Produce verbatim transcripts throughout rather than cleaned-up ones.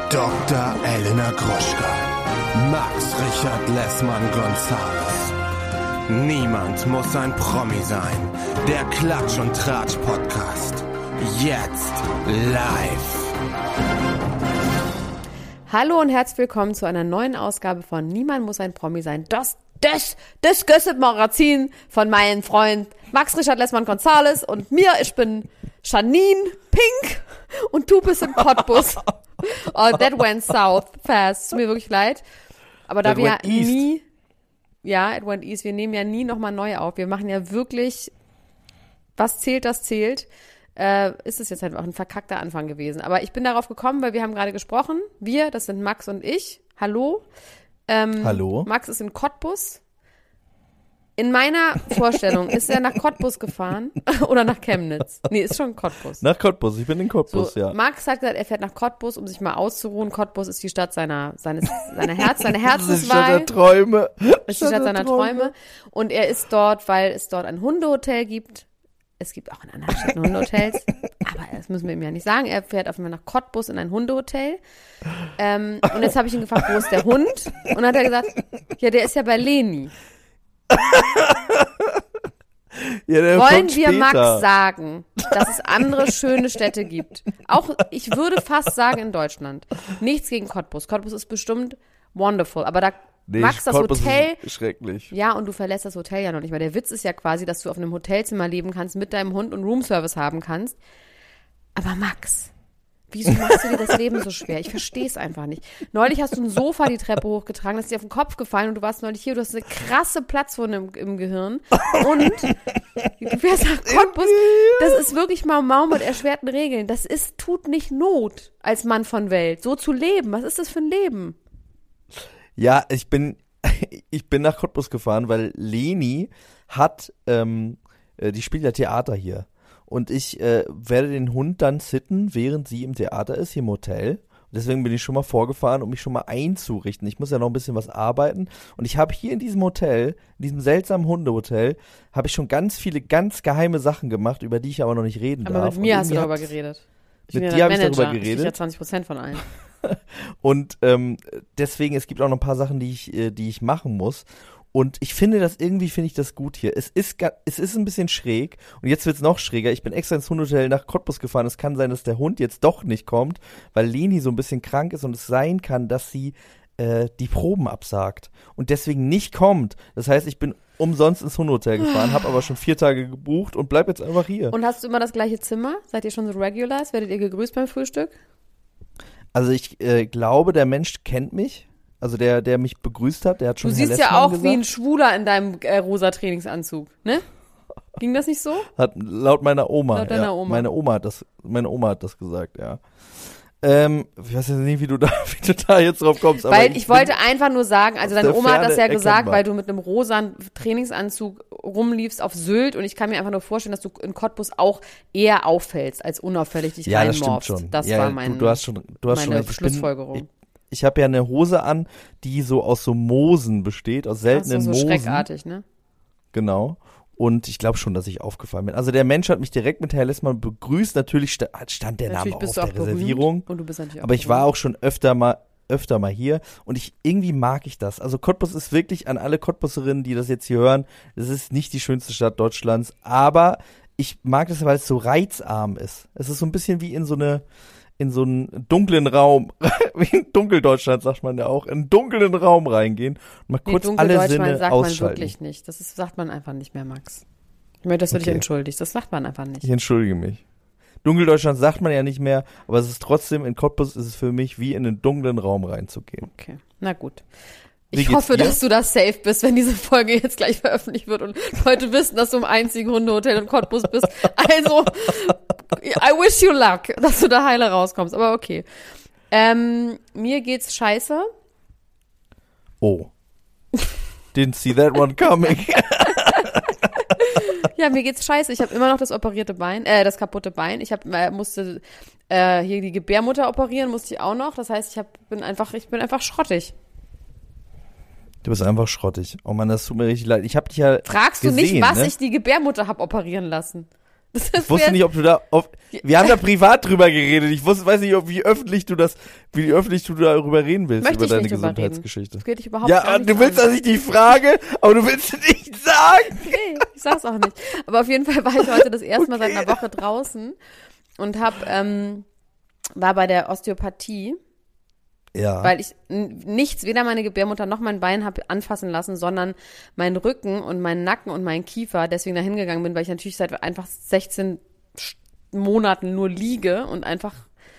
Doktor Elena Gruschka, Max Richard Lessmann-Gonzales. Niemand muss ein Promi sein. Der Klatsch und Tratsch Podcast. Jetzt live. Hallo und herzlich willkommen zu einer neuen Ausgabe von Niemand muss ein Promi sein. Das, das, das Gossip-Magazin von meinem Freund Max Richard Lessmann-Gonzales und mir. Ich bin Janine Pink und du bist in Cottbus. Oh, that went south fast. Tut mir wirklich leid. Aber da That wir ja went east. nie, ja, it went east, wir nehmen ja nie nochmal neu auf. Wir machen ja wirklich, was zählt, das zählt. Äh, ist es jetzt halt auch ein verkackter Anfang gewesen. Aber ich bin darauf gekommen, weil wir haben gerade gesprochen. Wir, das sind Max und ich. Hallo. Ähm, Hallo. Max ist in Cottbus. In meiner Vorstellung ist er nach Cottbus gefahren oder nach Chemnitz. Nee, ist schon Cottbus. Nach Cottbus, ich bin in Cottbus, So, ja. Max hat gesagt, er fährt nach Cottbus, um sich mal auszuruhen. Cottbus ist die Stadt seiner, seines, seiner Herz, seine Das ist die Stadt Herzenswahl. der Träume. ist die Stadt seiner Träume. Und er ist dort, weil es dort ein Hundehotel gibt. Es gibt auch in anderen Städten Hundehotels. Aber das müssen wir ihm ja nicht sagen. Er fährt auf einmal nach Cottbus in ein Hundehotel. Ähm, und jetzt habe ich ihn gefragt, wo ist der Hund? Und dann hat er gesagt, ja, der ist ja bei Leni. Ja, der Wollen kommt wir später. Max sagen, dass es andere schöne Städte gibt? Auch, ich würde fast sagen, in Deutschland. Nichts gegen Cottbus. Cottbus ist bestimmt wonderful. Aber da, Nee, Max, das Cottbus Hotel. ist schrecklich. Ja, und du verlässt das Hotel ja noch nicht, weil der Witz ist ja quasi, dass du auf einem Hotelzimmer leben kannst, mit deinem Hund und Roomservice haben kannst. Aber Max, wieso machst du dir das Leben so schwer? Ich verstehe es einfach nicht. Neulich hast du ein Sofa die Treppe hochgetragen, das ist dir auf den Kopf gefallen und du warst neulich hier, du hast eine krasse Platzwunde im, im Gehirn. Und du fährst nach Cottbus, das ist wirklich Mau Mau mit erschwerten Regeln. Das ist, tut nicht Not, als Mann von Welt, so zu leben. Was ist das für ein Leben? Ja, ich bin, ich bin nach Cottbus gefahren, weil Leni hat, ähm, äh, die spielt ja Theater hier. Und ich äh, werde den Hund dann sitten, während sie im Theater ist, hier im Hotel. Deswegen bin ich schon mal vorgefahren, um mich schon mal einzurichten. Ich muss ja noch ein bisschen was arbeiten. Und ich habe hier in diesem Hotel, in diesem seltsamen Hundehotel, habe ich schon ganz viele ganz geheime Sachen gemacht, über die ich aber noch nicht reden Aber darf. mit mir Und hast du irgendwie darüber hat- geredet. Ich Mit bin dir ja habe ich Manager. darüber Ich krieg geredet. ja zwanzig Prozent von allen. Und ähm, deswegen, es gibt auch noch ein paar Sachen, die ich, äh, die ich machen muss. Und ich finde das, irgendwie finde ich das gut hier. Es ist, ga- es ist ein bisschen schräg und jetzt wird es noch schräger. Ich bin extra ins Hundehotel nach Cottbus gefahren. Es kann sein, dass der Hund jetzt doch nicht kommt, weil Leni so ein bisschen krank ist und es sein kann, dass sie äh, die Proben absagt und deswegen nicht kommt. Das heißt, ich bin umsonst ins Hundehotel gefahren, habe aber schon vier Tage gebucht und bleib jetzt einfach hier. Und hast du immer das gleiche Zimmer? Seid ihr schon so Regulars? Werdet ihr gegrüßt beim Frühstück? Also ich äh, glaube, der Mensch kennt mich. Also der, der mich begrüßt hat, der hat schon Du Herr siehst ja Lessmann auch gesagt. wie ein Schwuler in deinem äh, rosa Trainingsanzug, ne? Ging das nicht so? Hat laut meiner Oma. Laut deiner ja, Oma. Meine Oma hat das, meine Oma hat das gesagt, ja. Ähm, ich weiß jetzt nicht, wie du da, wie du da jetzt drauf kommst. Aber Weil ich bin- wollte einfach nur sagen, also aus deine der Oma hat das ja Ferne gesagt, erkennbar. weil du mit einem rosa Trainingsanzug rumliefst auf Sylt und ich kann mir einfach nur vorstellen, dass du in Cottbus auch eher auffällst, als unauffällig dich Ja, das stimmt reinmorfst. schon. Das ja, war mein, du, du hast schon, du hast schon meine recht. Ich bin- Schlussfolgerung. Ich, ich habe ja eine Hose an, die so aus so Moosen besteht, aus Das seltenen ist so Moosen. schreckartig, ne? Genau. Und ich glaube schon, dass ich aufgefallen bin. Also der Mensch hat mich direkt mit Herr Lessmann begrüßt. Natürlich sta- stand der Natürlich Name bist auf du auch der Reservierung. berühmt und du bist natürlich auch Aber ich war berühmt. auch schon öfter mal öfter mal hier und ich irgendwie mag ich das. Also Cottbus ist wirklich an alle Cottbuserinnen, die das jetzt hier hören, es ist nicht die schönste Stadt Deutschlands, aber ich mag das, weil es so reizarm ist. Es ist so ein bisschen wie in so eine in so einen dunklen Raum, wie in Dunkeldeutschland sagt man ja auch, in einen dunklen Raum reingehen und mal Nee, kurz dunkel alle Deutschland Sinne sagt man ausschalten. wirklich nicht. Das ist, sagt man einfach nicht mehr, Max. Ich möchte, dass du dich Okay. entschuldigst. Das sagt man einfach nicht. Ich entschuldige mich. Dunkeldeutschland sagt man ja nicht mehr, aber es ist trotzdem, in Cottbus ist es für mich wie in einen dunklen Raum reinzugehen. Okay, na gut. Wie Ich geht's hoffe, dir? dass du da safe bist, wenn diese Folge jetzt gleich veröffentlicht wird und Leute wissen, dass du im einzigen Hundehotel in Cottbus bist. Also, I wish you luck, dass du da heile rauskommst. Aber okay. Ähm, mir geht's scheiße. Oh. Didn't see that one coming. Ja, mir geht's scheiße. Ich habe immer noch das operierte Bein, äh, das kaputte Bein. Ich hab, äh, musste äh, hier die Gebärmutter operieren, musste ich auch noch. Das heißt, ich hab, bin einfach, ich bin einfach schrottig. Du bist einfach schrottig. Oh Mann, das tut mir richtig leid. Ich hab dich ja Fragst du gesehen, nicht, was ne? ich die Gebärmutter hab operieren lassen? Das Ich wusste nicht, ob du da, auf, wir haben da privat drüber geredet. Ich wusste, weiß nicht, ob, wie öffentlich du das, wie öffentlich du darüber reden willst, Möchte über ich deine nicht drüber Gesundheitsgeschichte. Das geht dich überhaupt Ja, gar nicht du willst, an. dass ich dich frage, aber du willst es nicht sagen. Nee, ich sag's auch nicht. Aber auf jeden Fall war ich heute das erste Mal seit einer Woche draußen und hab, ähm, war bei der Osteopathie. Ja. Weil ich n- nichts, weder meine Gebärmutter noch mein Bein habe anfassen lassen, sondern meinen Rücken und meinen Nacken und meinen Kiefer deswegen da hingegangen bin, weil ich natürlich seit einfach sechzehn Sch- Monaten nur liege und einfach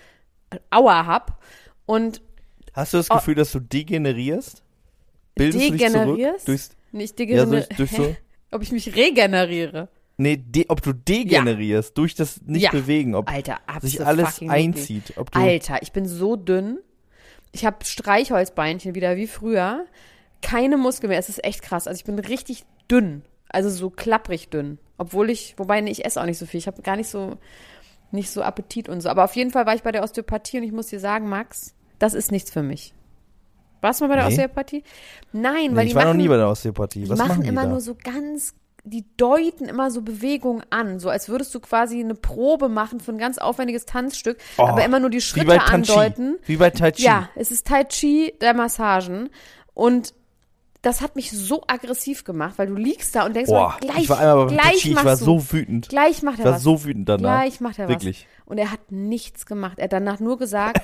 Aua hab. Und Hast du das Oh. Gefühl, dass du degenerierst? Bildest du dich degenerierst? zurück? Durchs, nicht ja, degeneriere. durch, durch so, Ob ich mich regeneriere. nee, de, ob du degenerierst, durch das nicht Ja. bewegen, ob Alter, sich absolut alles fucking einzieht. Ob du, Alter, ich bin so dünn. Ich habe Streichholzbeinchen wieder wie früher. Keine Muskeln mehr. Es ist echt krass. Also ich bin richtig dünn. Also so klapprig dünn. Obwohl ich, wobei nee, ich esse auch nicht so viel. Ich habe gar nicht so, nicht so Appetit und so. Aber auf jeden Fall war ich bei der Osteopathie und ich muss dir sagen, Max, das ist nichts für mich. Warst du mal bei der Nee. Osteopathie? Nein, nee, weil ich die war machen, noch nie bei der Osteopathie. die Was machen machen die immer da? nur so ganz, die deuten immer so Bewegungen an, so als würdest du quasi eine Probe machen für ein ganz aufwendiges Tanzstück, Oh, aber immer nur die Wie Schritte bei Tai Chi. andeuten. Wie bei Tai Chi. Ja, es ist Tai Chi der Massagen und das hat mich so aggressiv gemacht, weil du liegst da und denkst, Boah, mal, gleich, ich war einmal beim Tai gleich Chi, ich machst war du, so wütend. gleich macht Ich er war was. so wütend danach. Gleich macht er Wirklich. was. Und er hat nichts gemacht. Er hat danach nur gesagt,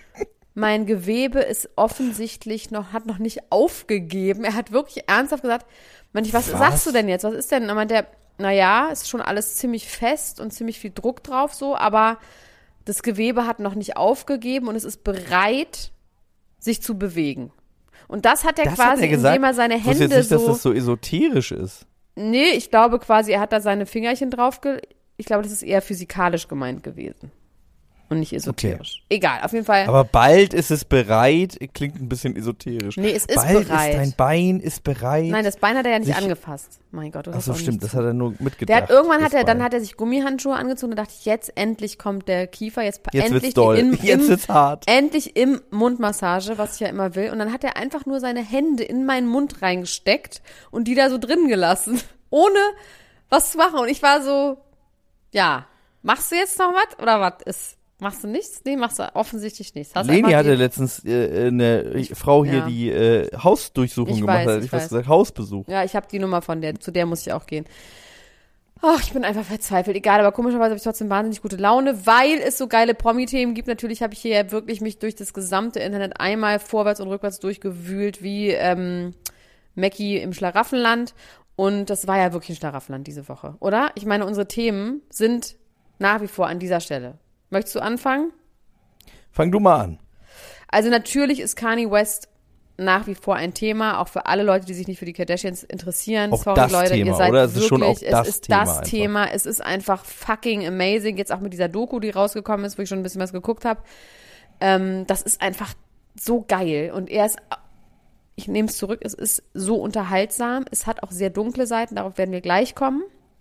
mein Gewebe ist offensichtlich noch, hat noch nicht aufgegeben. Er hat wirklich ernsthaft gesagt, Mensch, was, Was? sagst du denn jetzt? Was ist denn? Und der, naja, ist schon alles ziemlich fest und ziemlich viel Druck drauf so, aber das Gewebe hat noch nicht aufgegeben und es ist bereit, sich zu bewegen. Und das hat er Das quasi, hat er gesagt. indem er seine Ich wusste Hände jetzt nicht, so. dass das so esoterisch ist. Nee, ich glaube quasi, er hat da seine Fingerchen drauf. Ge- ich glaube, das ist eher physikalisch gemeint gewesen. Und nicht esoterisch. Egal, auf jeden Fall. Aber bald ist es bereit, klingt ein bisschen esoterisch. Nee, es ist bald bereit. ist dein Bein ist bereit. Nein, das Bein hat er ja nicht sich- angefasst. Mein Gott, du Ach hast so, auch stimmt, nichts das hat er nur mitgedacht. Der hat irgendwann das hat er, dann Bein. hat er sich Gummihandschuhe angezogen und dachte ich, jetzt endlich kommt der Kiefer, jetzt, pa- Jetzt endlich wird's doll. die im, Jetzt im, wird's hart. endlich im Mundmassage, was ich ja immer will. Und dann hat er einfach nur seine Hände in meinen Mund reingesteckt und die da so drin gelassen, ohne was zu machen. Und ich war so, ja, machst du jetzt noch was oder was ist? Machst du nichts? Nee, machst du offensichtlich nichts. Hast Leni einfach hatte die- letztens äh, eine Frau hier, Ja. die äh, Hausdurchsuchung Ich gemacht weiß, hat. ich Ich was weiß. gesagt, Hausbesuch. Ja, ich habe die Nummer von der, zu der muss ich auch gehen. Ach, ich bin einfach verzweifelt. Egal, aber komischerweise habe ich trotzdem wahnsinnig gute Laune, weil es so geile Promi-Themen gibt. Natürlich habe ich hier ja wirklich mich durch das gesamte Internet einmal vorwärts und rückwärts durchgewühlt, wie ähm, Mackie im Schlaraffenland. Und das war ja wirklich ein Schlaraffenland diese Woche, oder? Ich meine, unsere Themen sind nach wie vor an dieser Stelle. Möchtest du anfangen? Fang du mal an. Also natürlich ist Kanye West nach wie vor ein Thema, auch für alle Leute, die sich nicht für die Kardashians interessieren. Auch Sorry, das Leute, Thema, ihr seid oder? Es ist wirklich, schon auch es das ist Thema das einfach. Thema. Es ist einfach fucking amazing. Jetzt auch mit dieser Doku, die rausgekommen ist, wo ich schon ein bisschen was geguckt habe. Ähm, das ist einfach so geil. Und er ist, ich nehme es zurück, es ist so unterhaltsam. Es hat auch sehr dunkle Seiten, darauf werden wir gleich kommen.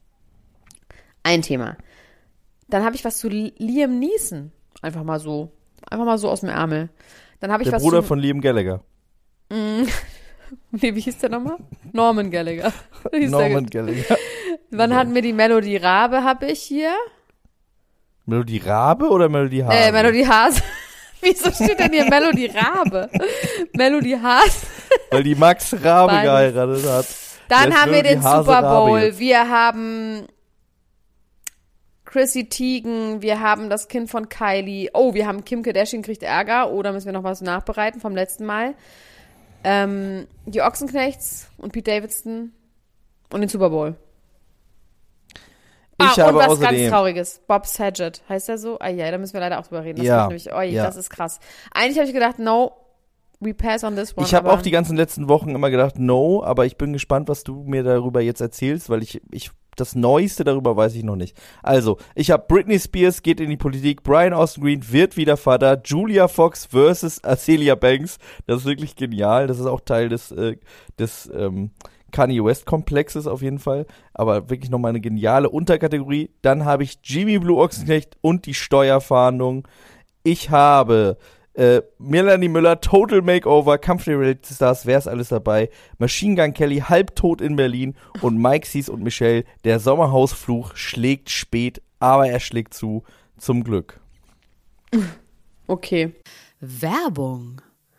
Ein Thema. Dann habe ich was zu Liam Neeson. Einfach mal so. Einfach mal so aus dem Ärmel. Dann habe ich Der was Bruder zu, von Liam Gallagher. Nee, wie hieß der nochmal? Norman Gallagher. Hieß Norman der, Gallagher. wann hatten wir die Melodie Rabe, habe ich hier? Melodie Rabe oder Melodie Hase? Äh, Melodie Hase. Wieso steht denn hier Melodie Rabe? Melodie Hase. Weil die Max Rabe Beides. geheiratet hat. Dann Jetzt haben wir Melodie den Hase Super Rabe Bowl. jetzt. Wir haben Chrissy Teigen. Wir haben das Kind von Kylie. Oh, wir haben Kim Kardashian kriegt Ärger. Oh, da müssen wir noch was nachbereiten vom letzten Mal. Ähm, die Ochsenknechts und Pete Davidson und den Super Bowl. Ich ah, habe und was außerdem, ganz Trauriges. Bob Saget. Heißt er so? Ah ja, da müssen wir leider auch drüber reden. Das Ja, wird nämlich, oh, ja. das ist krass. Eigentlich habe ich gedacht, no, we pass on this one. ich habe aber auch die ganzen letzten Wochen immer gedacht, no, aber ich bin gespannt, was du mir darüber jetzt erzählst, weil ich, ich das Neueste darüber weiß ich noch nicht. Also, ich habe Britney Spears geht in die Politik, Brian Austin Green wird wieder Vater, Julia Fox versus Azealia Banks. Das ist wirklich genial. Das ist auch Teil des, äh, des ähm, Kanye West Komplexes auf jeden Fall. Aber wirklich nochmal eine geniale Unterkategorie. Dann habe ich Jimmy Blue Ochsenknecht und die Steuerfahndung. Ich habe Äh, Melanie Müller, Total Makeover, Kampf der Reality Stars, wer ist alles dabei? Machine Gun Kelly, halbtot in Berlin und Mike Sees und Michelle, der Sommerhausfluch schlägt spät, aber er schlägt zu, zum Glück. Okay. Werbung.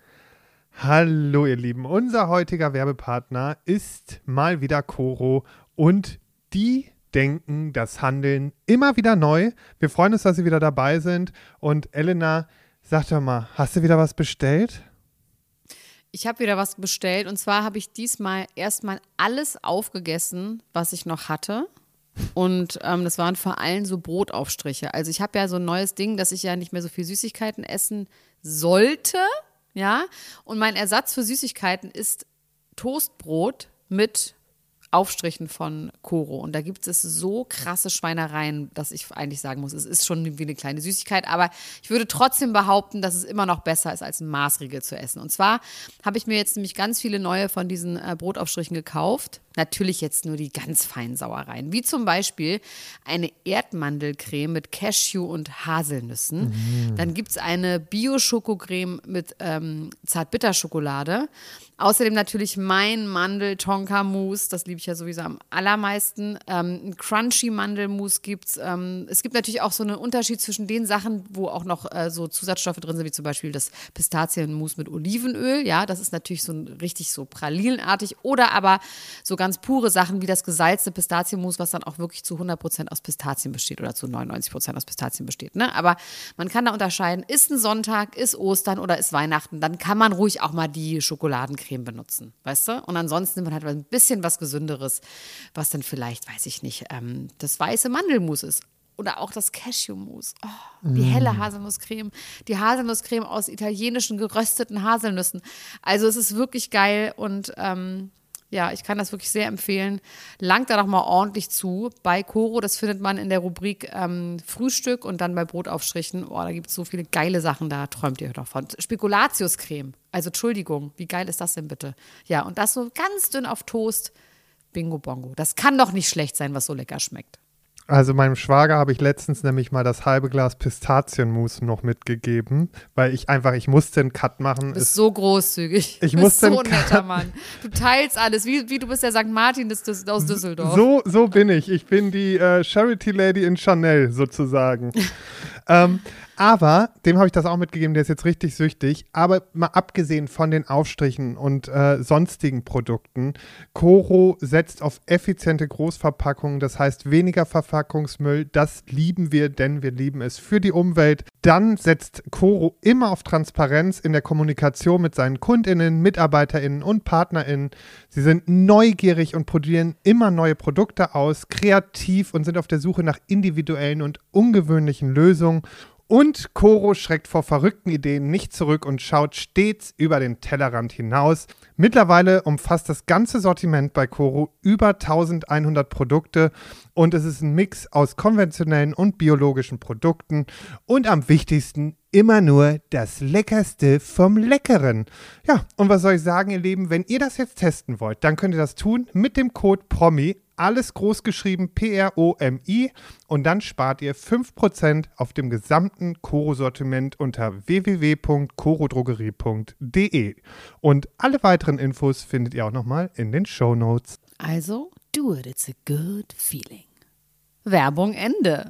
Hallo ihr Lieben, unser heutiger Werbepartner ist mal wieder Coro und die denken das Handeln immer wieder neu. Wir freuen uns, dass Sie wieder dabei sind und Elena, sag doch mal, hast du wieder was bestellt? Ich habe wieder was bestellt und zwar habe ich diesmal erstmal alles aufgegessen, was ich noch hatte. Und ähm, das waren vor allem so Brotaufstriche. Also ich habe ja so ein neues Ding, dass ich ja nicht mehr so viel Süßigkeiten essen sollte. Ja. Und mein Ersatz für Süßigkeiten ist Toastbrot mit Aufstrichen von Coro. Und da gibt es so krasse Schweinereien, dass ich eigentlich sagen muss, es ist schon wie eine kleine Süßigkeit, aber ich würde trotzdem behaupten, dass es immer noch besser ist, als ein Maßriegel zu essen. Und zwar habe ich mir jetzt nämlich ganz viele neue von diesen äh, Brotaufstrichen gekauft. Natürlich jetzt nur die ganz feinen Sauereien, wie zum Beispiel eine Erdmandelcreme mit Cashew und Haselnüssen. Mhm. Dann gibt es eine Bio-Schokocreme mit ähm, Zartbitterschokolade. Außerdem natürlich mein Mandel-Tonka-Mousse, das liebe ich ja sowieso am allermeisten. Ähm, ein Crunchy-Mandelmousse gibt es. Ähm, es gibt natürlich auch so einen Unterschied zwischen den Sachen, wo auch noch äh, so Zusatzstoffe drin sind, wie zum Beispiel das Pistazienmousse mit Olivenöl. Ja, das ist natürlich so ein, richtig so pralinenartig. Oder aber so ganz pure Sachen wie das gesalzte Pistazienmus, was dann auch wirklich zu hundert Prozent aus Pistazien besteht oder zu neunundneunzig Prozent aus Pistazien besteht. Ne? Aber man kann da unterscheiden, ist ein Sonntag, ist Ostern oder ist Weihnachten, dann kann man ruhig auch mal die Schokoladencreme benutzen, weißt du? Und ansonsten nimmt man halt ein bisschen was Gesünderes, was dann vielleicht, weiß ich nicht, ähm, das weiße Mandelmus ist. Oder auch das Cashewmus. Oh, die helle Haselnusscreme. Die Haselnusscreme aus italienischen gerösteten Haselnüssen. Also es ist wirklich geil und ähm, ja, ich kann das wirklich sehr empfehlen. Langt da doch mal ordentlich zu. Bei Coro, das findet man in der Rubrik ähm, Frühstück und dann bei Brotaufstrichen. Oh, da gibt es so viele geile Sachen, da träumt ihr doch von. Spekulatiuscreme. Also Entschuldigung, wie geil ist das denn bitte? Ja, und das so ganz dünn auf Toast. Bingo bongo. Das kann doch nicht schlecht sein, was so lecker schmeckt. Also meinem Schwager habe ich letztens nämlich mal das halbe Glas Pistazienmus noch mitgegeben, weil ich einfach, ich musste einen Cut machen. Du bist es, so großzügig. Ich du bist musste so ein netter Mann. Du teilst alles, wie, wie du bist der Sankt Martin des, des, aus Düsseldorf. So, so bin ich. Ich bin die äh, Charity Lady in Chanel sozusagen. ähm, aber dem habe ich das auch mitgegeben, der ist jetzt richtig süchtig. Aber mal abgesehen von den Aufstrichen und äh, sonstigen Produkten, Coro setzt auf effiziente Großverpackungen, das heißt weniger Verpackungsmüll. Das lieben wir, denn wir lieben es für die Umwelt. Dann setzt Coro immer auf Transparenz in der Kommunikation mit seinen KundInnen, MitarbeiterInnen und PartnerInnen. Sie sind neugierig und probieren immer neue Produkte aus, kreativ und sind auf der Suche nach individuellen und ungewöhnlichen Lösungen. Und Coro schreckt vor verrückten Ideen nicht zurück und schaut stets über den Tellerrand hinaus. Mittlerweile umfasst das ganze Sortiment bei Coro über eintausendeinhundert Produkte und es ist ein Mix aus konventionellen und biologischen Produkten und am wichtigsten immer nur das Leckerste vom Leckeren. Ja, und was soll ich sagen, ihr Lieben, wenn ihr das jetzt testen wollt, dann könnt ihr das tun mit dem Code PROMI. Alles groß geschrieben, P R O M I, und dann spart ihr fünf Prozent auf dem gesamten Coro-Sortiment unter w w w punkt coro drogerie punkt d e. Und alle weiteren Infos findet ihr auch nochmal in den Shownotes. Also, do it, it's a good feeling. Werbung Ende.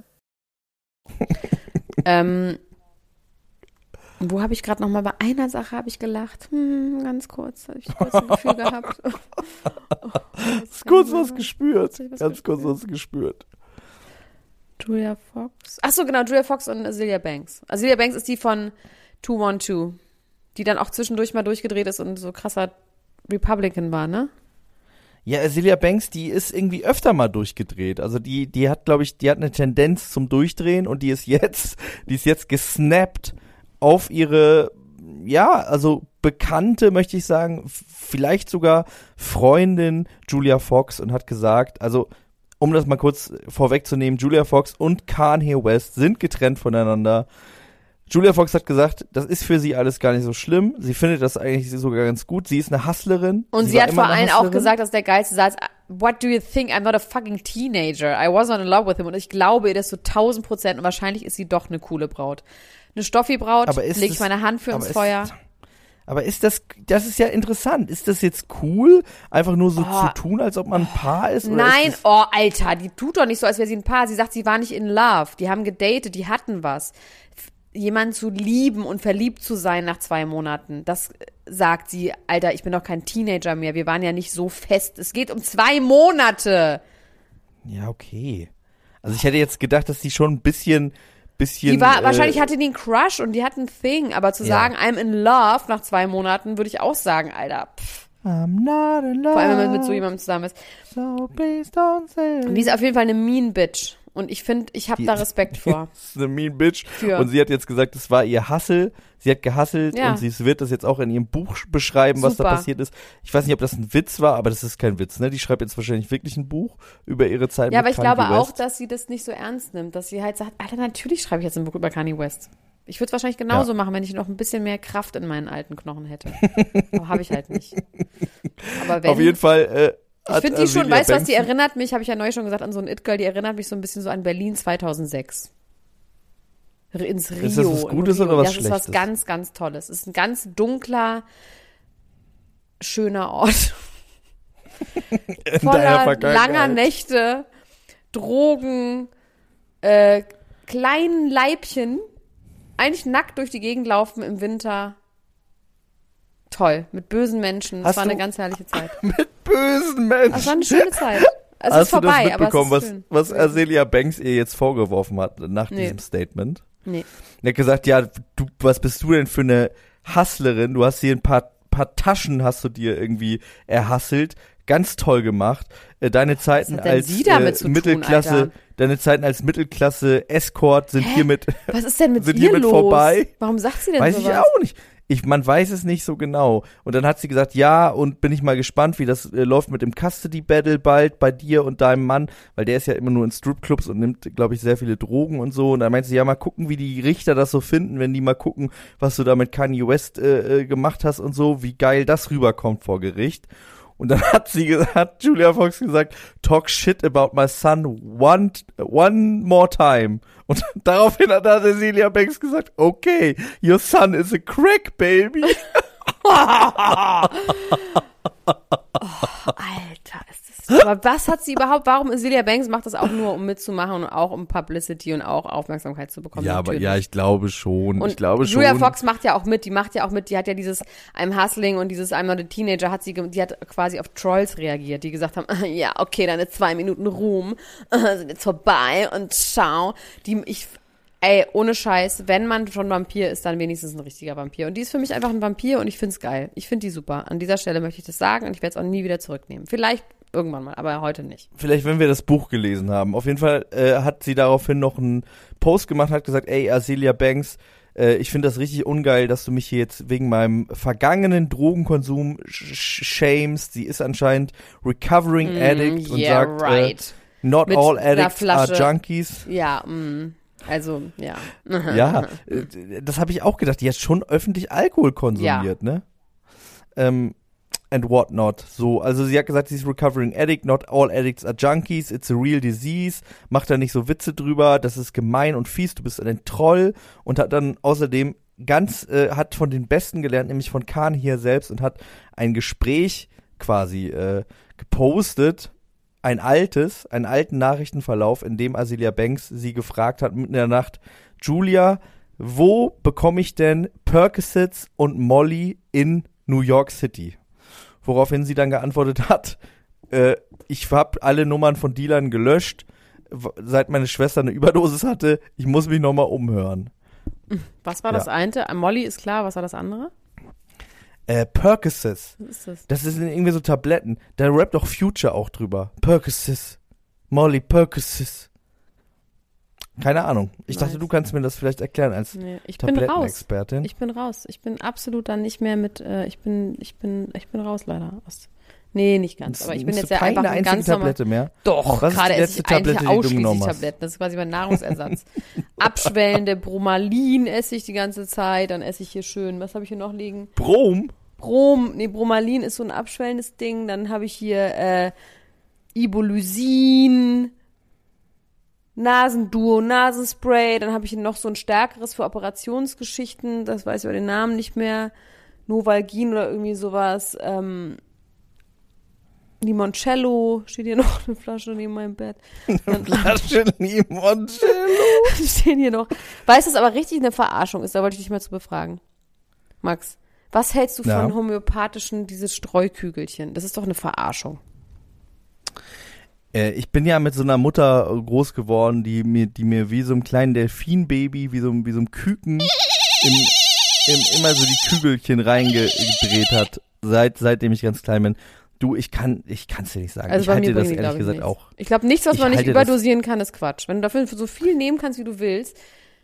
ähm, wo habe ich gerade nochmal, bei einer Sache habe ich gelacht. Hm, ganz kurz, habe ich kurz ein Gefühl gehabt. Oh, hast kurz was gespürt. Was ganz kurz was gespürt. Julia Fox. Ach so, genau, Julia Fox und Azealia Banks. Azealia Banks ist die von two one two, die dann auch zwischendurch mal durchgedreht ist und so krasser Republican war, ne? Ja, Azealia Banks, die ist irgendwie öfter mal durchgedreht. Also die, die hat, glaube ich, die hat eine Tendenz zum Durchdrehen und die ist jetzt, die ist jetzt gesnappt auf ihre, ja, also Bekannte, möchte ich sagen, vielleicht sogar Freundin Julia Fox und hat gesagt, also um das mal kurz vorwegzunehmen, Julia Fox und Kanye West sind getrennt voneinander. Julia Fox hat gesagt, das ist für sie alles gar nicht so schlimm. Sie findet das eigentlich sogar ganz gut. Sie ist eine Hustlerin. Und sie, sie hat vor allem auch gesagt, dass der geilste Satz, what do you think? I'm not a fucking teenager. I wasn't in love with him. Und ich glaube ihr das so tausend Prozent. Und wahrscheinlich ist sie doch eine coole Braut. Eine Stoffi-Braut, lege ich das, meine Hand für ins ist, Feuer. Aber ist das, das ist ja interessant. Ist das jetzt cool, einfach nur so Oh. zu tun, als ob man ein Paar ist? Oder Nein, ist das, oh, Alter, die tut doch nicht so, als wäre sie ein Paar. Sie sagt, sie war nicht in love. Die haben gedatet, die hatten was. Jemanden zu lieben und verliebt zu sein nach zwei Monaten, das sagt sie, Alter, ich bin doch kein Teenager mehr. Wir waren ja nicht so fest. Es geht um zwei Monate. ja, okay. Also ich hätte jetzt gedacht, dass die schon ein bisschen, bisschen. Die war, äh, wahrscheinlich hatte die einen Crush und die hat ein Thing. Aber zu Ja. sagen, I'm in love nach zwei Monaten, würde ich auch sagen, Alter, pff. I'm not in love. Vor allem, wenn man mit so jemandem zusammen ist. So please don't say it. Und die ist auf jeden Fall eine mean Bitch. Und ich finde, ich habe Die- da Respekt vor. Das ist eine mean Bitch. Für. Und sie hat jetzt gesagt, das war ihr Hustle. Sie hat gehustelt Ja. und sie wird das jetzt auch in ihrem Buch beschreiben, was da Super. passiert ist. Ich weiß nicht, ob das ein Witz war, aber das ist kein Witz, ne? Die schreibt jetzt wahrscheinlich wirklich ein Buch über ihre Zeit Ja, mit aber ich Kanye glaube West. auch, dass sie das nicht so ernst nimmt. Dass sie halt sagt, Alter, natürlich schreibe ich jetzt ein Buch über Kanye West. Ich würde es wahrscheinlich genauso Ja. machen, wenn ich noch ein bisschen mehr Kraft in meinen alten Knochen hätte. Aber habe ich halt nicht. Aber wenn, Auf jeden Fall äh, ich hat finde die schon, Azealia weißt du was, die Banks- erinnert mich, habe ich ja neulich schon gesagt, an so ein It-Girl, die erinnert mich so ein bisschen so an Berlin zweitausendsechs. R- Ins Rio. Ist das was in Gutes Rio. oder was Das ist was Schlechtes? ganz, ganz Tolles. Es ist ein ganz dunkler, schöner Ort. in deiner Voller Vergangenheit. langer Nächte, Drogen, äh, kleinen Leibchen, eigentlich nackt durch die Gegend laufen im Winter. Toll, mit bösen Menschen. Es Hast war eine du- ganz herrliche Zeit. Mit bösen Menschen. Es war eine schöne Zeit. Es Hast ist vorbei, du das aber es mitbekommen, ist was, schön. was Azealia Banks ihr jetzt vorgeworfen hat nach Nee. diesem Statement? Nee. Er hat gesagt, ja, du, was bist du denn für eine Hustlerin? Du hast hier ein paar, paar Taschen hast du dir irgendwie erhasselt. Ganz toll gemacht. Äh, Deine Zeiten hat denn als sie damit äh, zu tun, Mittelklasse, Alter? deine Zeiten als Mittelklasse Escort sind hiermit, Was ist denn mit sind ihr hiermit los? vorbei. Warum sagt sie denn Weiß sowas? ich auch nicht. Ich, man weiß es nicht so genau. Und dann hat sie gesagt, ja, und bin ich mal gespannt, wie das äh, läuft mit dem Custody Battle bald bei dir und deinem Mann, weil der ist ja immer nur in Stripclubs und nimmt, glaube ich, sehr viele Drogen und so. Und dann meinte sie, ja, mal gucken, wie die Richter das so finden, wenn die mal gucken, was du da mit Kanye West äh, äh, gemacht hast und so, wie geil das rüberkommt vor Gericht. Und dann hat sie gesagt, Julia Fox gesagt, talk shit about my son one, one more time. Und daraufhin hat Azealia Banks gesagt, okay, your son is a crack baby. Alter, ist das. Aber was hat sie überhaupt? Warum Azealia Banks macht das auch nur, um mitzumachen und auch um Publicity und auch Aufmerksamkeit zu bekommen? Ja, aber natürlich. ja, ich glaube schon. Und ich glaube Julia schon. Fox macht ja auch mit, die macht ja auch mit, die hat ja dieses I'm Hustling und dieses I'm not a Teenager, hat sie, ge- die hat quasi auf Trolls reagiert, die gesagt haben, ja, okay, deine zwei Minuten Ruhm äh, sind jetzt vorbei und ciao. Die, ich, ey, ohne Scheiß, wenn man schon Vampir ist, dann wenigstens ein richtiger Vampir. Und die ist für mich einfach ein Vampir und ich find's geil. Ich find die super. An dieser Stelle möchte ich das sagen und ich werde es auch nie wieder zurücknehmen. Vielleicht irgendwann mal, aber heute nicht. Vielleicht, wenn wir das Buch gelesen haben. Auf jeden Fall äh, hat sie daraufhin noch einen Post gemacht, hat gesagt, ey, Azealia Banks, äh, ich finde das richtig ungeil, dass du mich hier jetzt wegen meinem vergangenen Drogenkonsum sch- shamest. Sie ist anscheinend recovering addict und yeah, sagt, right. äh, not Mit all einer addicts are Flasche. junkies. Ja, mh. Also, ja. Ja, äh, das habe ich auch gedacht. Die hat schon öffentlich Alkohol konsumiert, ne? Ähm, and what not. So, also sie hat gesagt, sie ist recovering addict, not all addicts are junkies, it's a real disease. Macht da nicht so Witze drüber, das ist gemein und fies, du bist ein Troll. Und hat dann außerdem ganz, äh, hat von den Besten gelernt, nämlich von Khan hier selbst und hat ein Gespräch quasi äh, gepostet, ein altes, einen alten Nachrichtenverlauf, in dem Azealia Banks sie gefragt hat mitten in der Nacht, Julia, wo bekomme ich denn Percocets und Molly in New York City? Woraufhin sie dann geantwortet hat, äh, ich habe alle Nummern von Dealern gelöscht, w- seit meine Schwester eine Überdosis hatte, ich muss mich nochmal umhören. Was war das Ja. eine? Molly ist klar, was war das andere? Äh, Percocets, Was ist das? das sind irgendwie so Tabletten, da rappt doch Future auch drüber. Percocets, Molly Percocets. Keine Ahnung. Ich dachte, Nice. du kannst mir das vielleicht erklären als Nee, ich bin raus. Tablettenexpertin. Ich bin raus. Ich bin absolut dann nicht mehr mit, äh, ich bin, ich bin, ich bin raus leider. Aus, nee, nicht ganz. Aber ich bin Nimmst jetzt du ja keine einfach ein einzige ganz normal. Tablette mehr? Doch, Was ist gerade die esse letzte ich eigentlich Tablette, die du ausschließlich genommen hast? Tabletten. Das ist quasi mein Nahrungsersatz. Abschwellende Bromalin esse ich die ganze Zeit. Dann esse ich hier schön, was habe ich hier noch liegen? Brom? Brom, nee, Bromalin ist so ein abschwellendes Ding. Dann habe ich hier äh, Ibolysin, Nasenduo, Nasenspray, dann habe ich noch so ein stärkeres für Operationsgeschichten, das weiß ich aber den Namen nicht mehr, Novalgin oder irgendwie sowas, ähm, Limoncello, steht hier noch eine Flasche neben meinem Bett. Eine Flasche Limoncello. Stehen hier noch. Weißt du, was aber richtig eine Verarschung ist? Da wollte ich dich mal zu befragen. Max, was hältst du Ja. von homöopathischen, diese Streukügelchen? Das ist doch eine Verarschung. Äh, ich bin ja mit so einer Mutter groß geworden, die mir, die mir wie so ein kleines Delfinbaby, wie so, wie so ein Küken im, im, immer so die Kügelchen reingedreht hat, seit, seitdem ich ganz klein bin. Du, ich kann, ich kann's dir nicht sagen. Also ich bei halte mir das bringen die, ehrlich glaub ich, gesagt nichts. auch. Ich glaube, nichts, was Ich man nicht halte das- überdosieren kann, ist Quatsch. Wenn du dafür so viel nehmen kannst, wie du willst.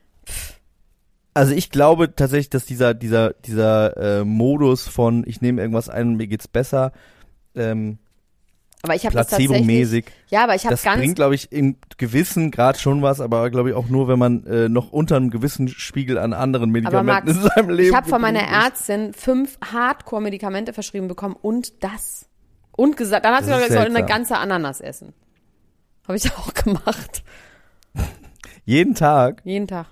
Also ich glaube tatsächlich, dass dieser, dieser, dieser äh, Modus von ich nehme irgendwas ein und mir geht's besser, ähm, Aber ich habe das tatsächlich. Placebo-mäßig, Ja, aber ich habe das ganz. bringt, glaube ich, im gewissen Grad schon was, aber glaube ich auch nur, wenn man äh, noch unter einem gewissen Spiegel an anderen aber Medikamenten Max, in seinem Leben ich habe von meiner geblieben ist. Ärztin fünf Hardcore-Medikamente verschrieben bekommen und das. Und gesagt, dann hat sie Das gesagt, ist ich soll eine seltsam. ganze Ananas essen. Habe ich auch gemacht. Jeden Tag. Jeden Tag.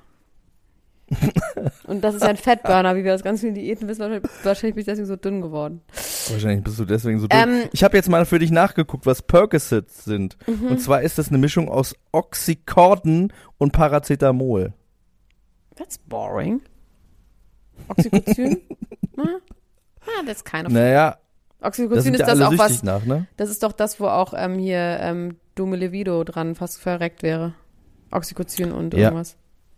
Und das ist ja ein Fettburner, wie wir aus ganz vielen Diäten wissen. Wahrscheinlich, wahrscheinlich bin ich deswegen so dünn geworden. Wahrscheinlich bist du deswegen so dünn. Ähm, ich habe jetzt mal für dich nachgeguckt, was Percocets sind. Mhm. Und zwar ist das eine Mischung aus Oxycontin und Paracetamol. That's boring. Oxytocin? Na, ah, that's kind of. Naja, das Oxytocin sind ist ja das alle auch süchtig was. nach, ne? Das ist doch das, wo auch ähm, hier ähm, Dume Levido dran fast verreckt wäre. Oxytocin und Ja. irgendwas.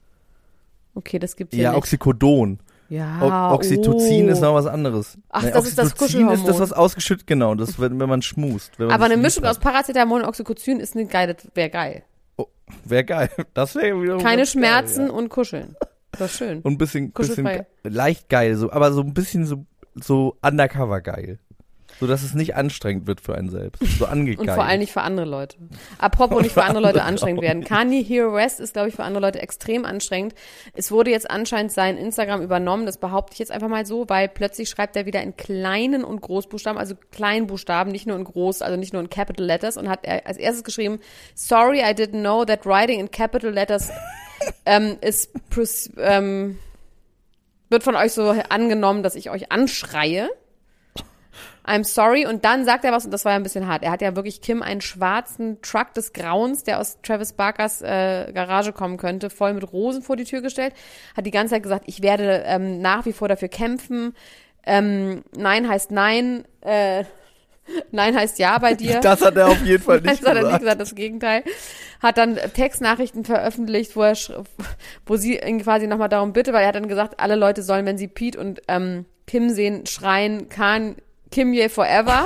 Okay, das gibt's hier Ja, nicht. Oxycodon. Ja, O- Oxytocin oh. ist noch was anderes. Ach, Nee, das ist das Oxytocin ist das, Kuschelhormon. was ausgeschüttet, genau, das, wenn, wenn man schmust. Wenn man Aber sich eine lieb Mischung hat. aus Paracetamol und Oxytocin ist eine geile, wäre geil. Wäre geil. Das wäre wiederum Keine ganz geil, Schmerzen ja. und kuscheln. Das ist schön. Und ein bisschen, bisschen Kuschelfrei. ge- leicht geil, so, aber so ein bisschen so, so undercover geil. So, dass es nicht anstrengend wird für einen selbst. So angegeilt. Und vor allem nicht für andere Leute. Apropos Und nicht für für andere Leute andere anstrengend auch. werden. Kanye Hero West ist, glaube ich, für andere Leute extrem anstrengend. Es wurde jetzt anscheinend sein Instagram übernommen, das behaupte ich jetzt einfach mal so, weil plötzlich schreibt er wieder in kleinen und Großbuchstaben, also Kleinbuchstaben, nicht nur in Groß, also nicht nur in Capital Letters, und hat er als erstes geschrieben, sorry, I didn't know that writing in capital letters ähm, is pres- ähm, wird von euch so angenommen, dass ich euch anschreie. I'm sorry. Und dann sagt er was, und das war ja ein bisschen hart. Er hat ja wirklich Kim einen schwarzen Truck des Grauens, der aus Travis Barkers äh, Garage kommen könnte, voll mit Rosen vor die Tür gestellt. Hat die ganze Zeit gesagt, ich werde ähm, nach wie vor dafür kämpfen. Ähm, nein heißt nein. Äh, nein heißt ja bei dir. Das hat er auf jeden Fall nicht Das hat er nicht gesagt. gesagt, das Gegenteil. Hat dann Textnachrichten veröffentlicht, wo er, sch- wo sie ihn quasi nochmal darum bitte, weil er hat dann gesagt, alle Leute sollen, wenn sie Pete und ähm, Kim sehen, schreien, Kan, Kimye forever.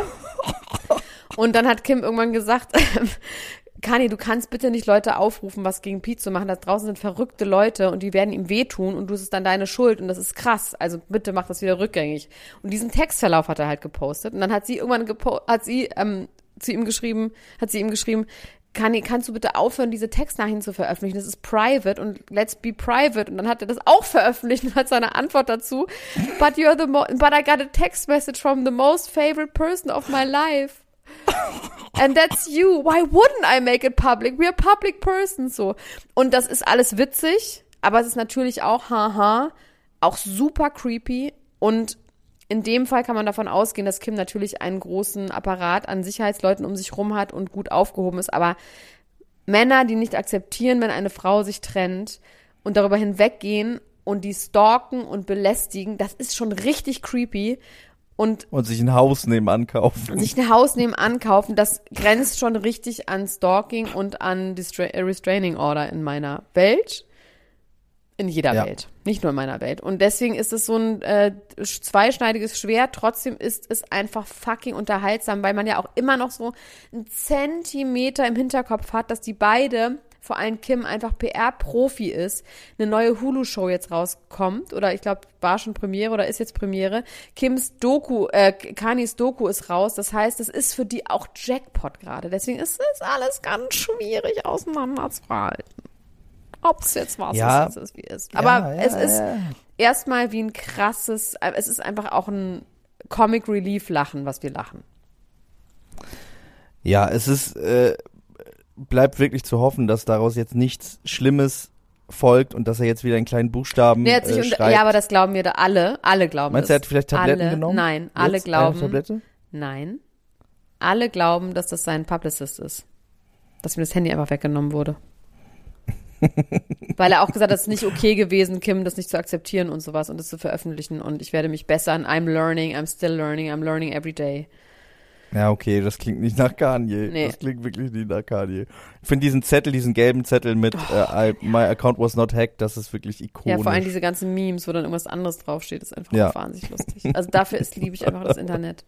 Und dann hat Kim irgendwann gesagt, Kanye, du kannst bitte nicht Leute aufrufen, was gegen Pete zu machen. Da draußen sind verrückte Leute und die werden ihm wehtun und du, es ist dann deine Schuld und das ist krass. Also bitte mach das wieder rückgängig. Und diesen Textverlauf hat er halt gepostet. Und dann hat sie irgendwann gepo- hat sie ähm, zu ihm geschrieben, hat sie ihm geschrieben, Kanye, kannst du bitte aufhören, diese Textnachrichten zu veröffentlichen? Das ist private und let's be private. Und dann hat er das auch veröffentlicht und hat seine Antwort dazu, but you're the mo- but I got a text message from the most favorite person of my life. And that's you. Why wouldn't I make it public? We are public persons, so. Und das ist alles witzig, aber es ist natürlich auch, haha, auch super creepy. Und in dem Fall kann man davon ausgehen, dass Kim natürlich einen großen Apparat an Sicherheitsleuten um sich rum hat und gut aufgehoben ist. Aber Männer, die nicht akzeptieren, wenn eine Frau sich trennt und darüber hinweggehen und die stalken und belästigen, das ist schon richtig creepy. Und Und sich ein Haus nebenan kaufen. sich ein Haus nebenan kaufen, das grenzt schon richtig an Stalking und an Distra- äh, Restraining Order in meiner Welt. In jeder Ja. Welt, nicht nur in meiner Welt. Und deswegen ist es so ein äh, zweischneidiges Schwert. Trotzdem ist es einfach fucking unterhaltsam, weil man ja auch immer noch so einen Zentimeter im Hinterkopf hat, dass die beide, vor allem Kim, einfach P R-Profi ist. Eine neue Hulu-Show jetzt rauskommt, oder ich glaube, war schon Premiere oder ist jetzt Premiere. Kims Doku, äh, Kanyes Doku ist raus. Das heißt, es ist für die auch Jackpot gerade. Deswegen ist es alles ganz schwierig auseinanderzuhalten. Ob es jetzt was Ja. ist, ist, wie es ist. Aber Ja, ja, es ist ja. erstmal wie ein krasses, äh, es ist einfach auch ein Comic Relief Lachen, was wir lachen. Ja, es ist, äh, bleibt wirklich zu hoffen, dass daraus jetzt nichts Schlimmes folgt und dass er jetzt wieder einen kleinen Buchstaben Nee, hat sich äh, unter- schreibt. ja, aber das glauben wir da alle. Alle glauben Meinst du, das. er hat vielleicht Tabletten alle, genommen? Nein, alle Jetzt? glauben. Eine Tablette? Nein. Alle glauben, dass das sein Publicist ist. Dass ihm das Handy einfach weggenommen wurde. Weil er auch gesagt hat, es ist nicht okay gewesen, Kim, das nicht zu akzeptieren und sowas und das zu veröffentlichen und ich werde mich bessern. I'm learning, I'm still learning, I'm learning every day. Ja, okay, das klingt nicht nach Kanye. Nee. Das klingt wirklich nicht nach Kanye. Ich finde diesen Zettel, diesen gelben Zettel mit Oh, äh, I, My account was not hacked, das ist wirklich ikonisch. Ja, vor allem diese ganzen Memes, wo dann irgendwas anderes draufsteht, ist einfach Ja. auch wahnsinnig lustig. Also dafür ist, liebe ich einfach das Internet.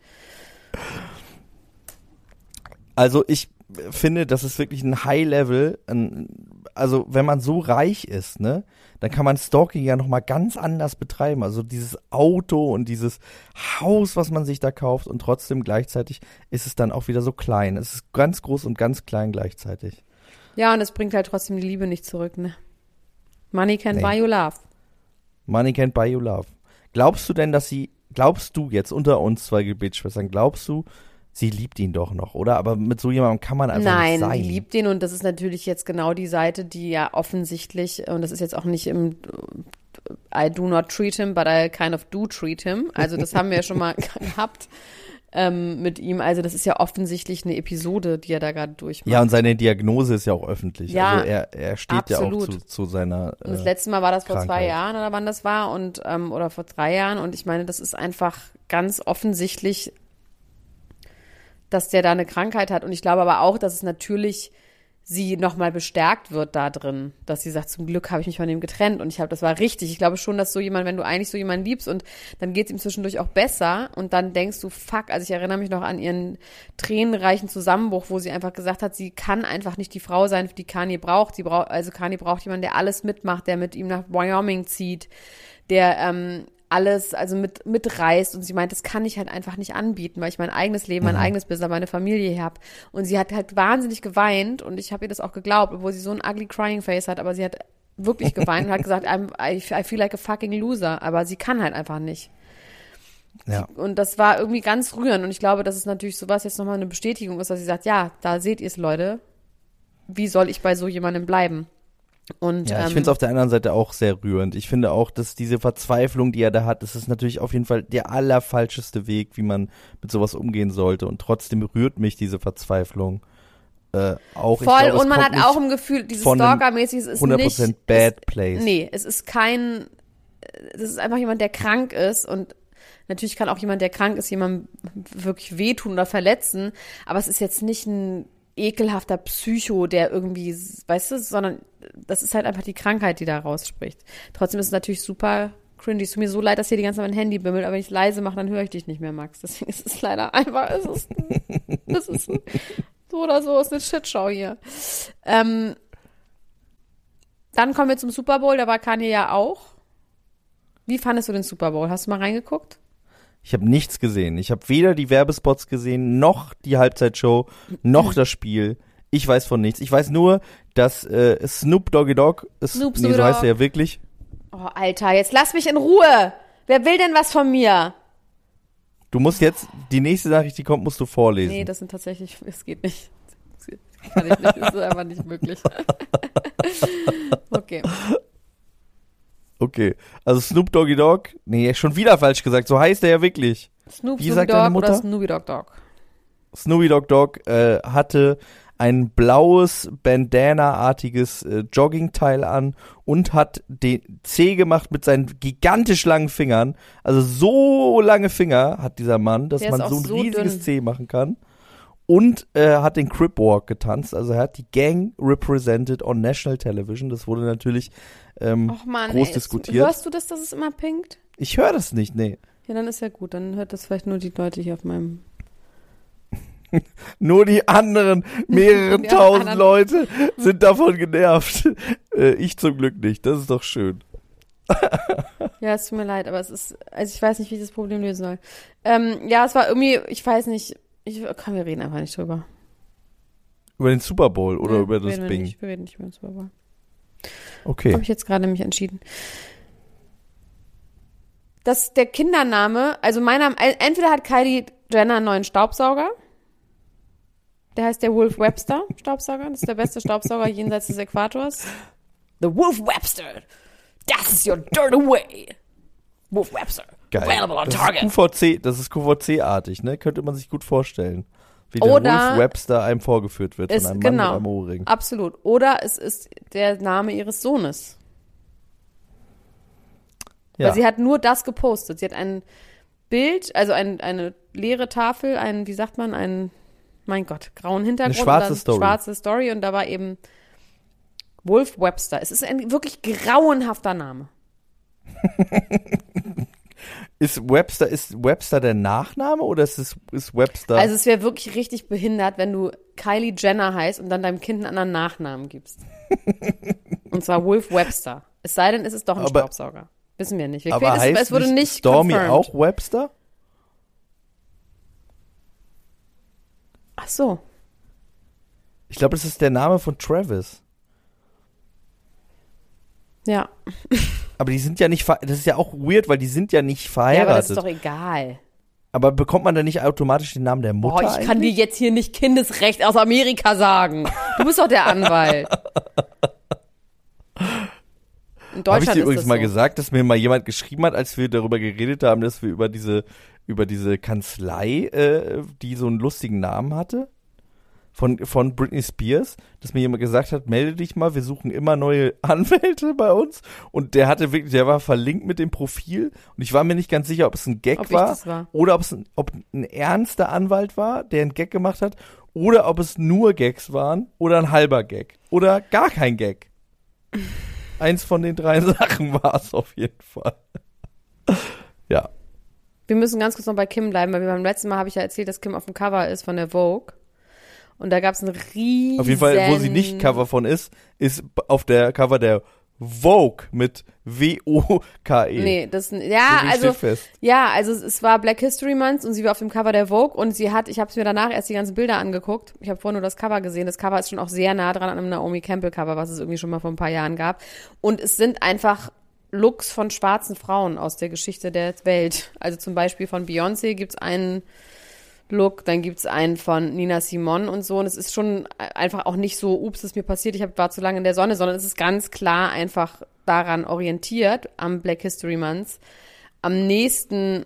Also ich finde, das ist wirklich ein High-Level, ein, also wenn man so reich ist, ne, dann kann man Stalking ja nochmal ganz anders betreiben. Also dieses Auto und dieses Haus, was man sich da kauft und trotzdem gleichzeitig ist es dann auch wieder so klein. Es ist ganz groß und ganz klein gleichzeitig. Ja, und es bringt halt trotzdem die Liebe nicht zurück, ne? Money can Nee. buy you love. Money can't buy you love. Glaubst du denn, dass sie, glaubst du jetzt unter uns zwei Gebetsschwestern, glaubst du, sie liebt ihn doch noch, oder? Aber mit so jemandem kann man einfach Nein, nicht sein. die liebt ihn und das ist natürlich jetzt genau die Seite, die ja offensichtlich, und das ist jetzt auch nicht im I do not treat him, but I kind of do treat him. Also das haben wir ja schon mal gehabt ähm, mit ihm. Also das ist ja offensichtlich eine Episode, die er da gerade durchmacht. Ja, und seine Diagnose ist ja auch öffentlich. Ja, also er, er steht ja auch absolut. zu, zu seiner Und das äh, letzte Mal war das vor zwei Krankheit. Jahren oder wann das war und ähm, oder vor drei Jahren und ich meine, das ist einfach ganz offensichtlich, dass der da eine Krankheit hat und ich glaube aber auch, dass es natürlich sie nochmal bestärkt wird da drin, dass sie sagt, zum Glück habe ich mich von dem getrennt und ich habe, das war richtig. Ich glaube schon, dass so jemand, wenn du eigentlich so jemanden liebst und dann geht es ihm zwischendurch auch besser und dann denkst du, fuck, also ich erinnere mich noch an ihren tränenreichen Zusammenbruch, wo sie einfach gesagt hat, sie kann einfach nicht die Frau sein, die Kanye braucht. Sie braucht, also Kanye braucht jemanden, der alles mitmacht, der mit ihm nach Wyoming zieht, der ähm, alles also mit mitreißt und sie meint, das kann ich halt einfach nicht anbieten, weil ich mein eigenes Leben, mein Mhm. eigenes Business, meine Familie hier habe. Und sie hat halt wahnsinnig geweint und ich habe ihr das auch geglaubt, obwohl sie so ein ugly crying face hat, aber sie hat wirklich geweint und hat gesagt, I'm, I, I feel like a fucking loser, aber sie kann halt einfach nicht. Ja. Und das war irgendwie ganz rührend und ich glaube, dass es natürlich sowas jetzt nochmal eine Bestätigung ist, dass sie sagt, ja, da seht ihr es, Leute, wie soll ich bei so jemandem bleiben? Und, Ja, ich ähm, finde es auf der anderen Seite auch sehr rührend. Ich finde auch, dass diese Verzweiflung, die er da hat, das ist natürlich auf jeden Fall der allerfalscheste Weg, wie man mit sowas umgehen sollte. Und trotzdem rührt mich diese Verzweiflung äh, auch. voll, ich glaub, es und man kommt hat auch nicht im Gefühl, dieses von einem Stalker-mäßig, es ist hundert nicht, Prozent bad es, place. Nee, es ist kein, das ist einfach jemand, der krank ist und natürlich kann auch jemand, der krank ist, jemandem wirklich wehtun oder verletzen, aber es ist jetzt nicht ein ekelhafter Psycho, der irgendwie, weißt du, sondern das ist halt einfach die Krankheit, die da rausspricht. Trotzdem ist es natürlich super cringy. Es tut mir so leid, dass hier die ganze Zeit mein Handy bimmelt, aber wenn ich es leise mache, dann höre ich dich nicht mehr, Max. Deswegen ist es leider einfach, es ist, es ist so oder so, es ist eine Shitshow hier. Ähm, dann kommen wir zum Super Bowl, da war Kanye ja auch. Wie fandest du den Super Bowl? Hast du mal reingeguckt? Ich habe nichts gesehen. Ich habe weder die Werbespots gesehen, noch die Halbzeitshow, noch das Spiel. Ich weiß von nichts. Ich weiß nur, dass äh, Snoop Doggy Dogg, ist, Snoop nee, Doggy so heißt Dogg. er ja wirklich. Oh, Alter, jetzt lass mich in Ruhe. Wer will denn was von mir? Du musst jetzt, die nächste Nachricht, die kommt, musst du vorlesen. Nee, das sind tatsächlich, es geht nicht. Das kann ich nicht, das ist einfach nicht möglich. Okay. Okay, also Snoop Doggy Dogg, nee, schon wieder falsch gesagt, so heißt er ja wirklich. Snoop, Wie Snoopy sagt deine Dogg Mutter? oder Snoopy Dogg Dogg? Snoopy Dogg Dogg äh, hatte ein blaues Bandana-artiges äh, Joggingteil an und hat den C gemacht mit seinen gigantisch langen Fingern. Also so lange Finger hat dieser Mann, dass Der ist man auch so ein so riesiges dünn. C machen kann. Und äh, hat den Crip Walk getanzt. Also er hat die Gang represented on National Television. Das wurde natürlich ähm, Och Mann, groß ey, diskutiert. Hörst du das, dass es immer pinkt? Ich höre das nicht, nee. Ja, dann ist ja gut. Dann hört das vielleicht nur die Leute hier auf meinem... Nur die anderen mehreren Die tausend anderen- Leute sind davon genervt. Äh, ich zum Glück nicht. Das ist doch schön. Ja, es tut mir leid, aber es ist... Also ich weiß nicht, wie ich das Problem lösen soll. Ähm, ja, es war irgendwie... Ich weiß nicht... Ich, komm, wir reden einfach nicht drüber. Über den Super Bowl oder Ja, über das reden wir Bing? Nicht, wir reden nicht über den Super Bowl. Okay. Habe ich jetzt gerade mich entschieden. Dass der Kindername, also meiner, entweder hat Kylie Jenner einen neuen Staubsauger. Der heißt der Wolf Webster Staubsauger. Das ist der beste Staubsauger jenseits des Äquators. The Wolf Webster. Das ist your dirty way. Wolf Webster. Geil. Available on Das Target. ist Q V C, das ist Q V C-artig, ne? Könnte man sich gut vorstellen. Wie der Oder Wolf Webster einem vorgeführt wird Ist, von einem Mann genau, mit einem Ohrring. absolut. Oder es ist der Name ihres Sohnes. Ja. Weil sie hat nur das gepostet. Sie hat ein Bild, also ein, eine leere Tafel, ein, wie sagt man, ein, mein Gott, grauen Hintergrund. Eine schwarze und dann Story. Schwarze Story und da war eben Wolf Webster. Es ist ein wirklich grauenhafter Name. Ist Webster, ist Webster der Nachname oder ist es ist Webster? Also es wäre wirklich richtig behindert, wenn du Kylie Jenner heißt und dann deinem Kind einen anderen Nachnamen gibst. Und zwar Wolf Webster. Es sei denn, es ist doch ein Aber- Staubsauger. Wissen wir nicht. Wir aber es, heißt es wurde nicht nicht Stormy confirmed. auch Webster? Ach so. Ich glaube, das ist der Name von Travis. Ja. Aber die sind ja nicht, ver- das ist ja auch weird, weil die sind ja nicht Ja, verheiratet. aber das ist doch egal. Aber bekommt man dann nicht automatisch den Namen der Mutter? Boah, ich kann dir eigentlich? jetzt hier nicht Kindesrecht aus Amerika sagen. Du bist doch der Anwalt. In Habe ich Deutschland dir ist übrigens das mal so. gesagt, dass mir mal jemand geschrieben hat, als wir darüber geredet haben, dass wir über diese, über diese Kanzlei, äh, die so einen lustigen Namen hatte, von, von Britney Spears, dass mir jemand gesagt hat, melde dich mal, wir suchen immer neue Anwälte bei uns. Und der hatte wirklich, der war verlinkt mit dem Profil und ich war mir nicht ganz sicher, ob es ein Gag Ob ich war, das war. oder ob es ein, ob ein ernster Anwalt war, der einen Gag gemacht hat, oder ob es nur Gags waren oder ein halber Gag oder gar kein Gag. Eins von den drei Sachen war es auf jeden Fall. Ja. Wir müssen ganz kurz noch bei Kim bleiben, weil wir beim letzten Mal habe ich ja erzählt, dass Kim auf dem Cover ist von der Vogue. Und da gab es einen riesen... Auf jeden Fall, wo sie nicht Cover von ist, ist auf der Cover der Vogue mit W O K E. Nee, das ja, So, die also steht fest. ja, also es, es war Black History Month und sie war auf dem Cover der Vogue und sie hat, ich habe es mir danach erst die ganzen Bilder angeguckt. Ich habe vorher nur das Cover gesehen. Das Cover ist schon auch sehr nah dran an einem Naomi Campbell Cover, was es irgendwie schon mal vor ein paar Jahren gab. Und es sind einfach Looks von schwarzen Frauen aus der Geschichte der Welt. Also zum Beispiel von Beyoncé gibt's einen Look, dann gibt's einen von Nina Simone und so. Und es ist schon einfach auch nicht so, ups, das ist mir passiert, ich hab, war zu lange in der Sonne, sondern es ist ganz klar einfach daran orientiert, am Black History Month. Am nächsten,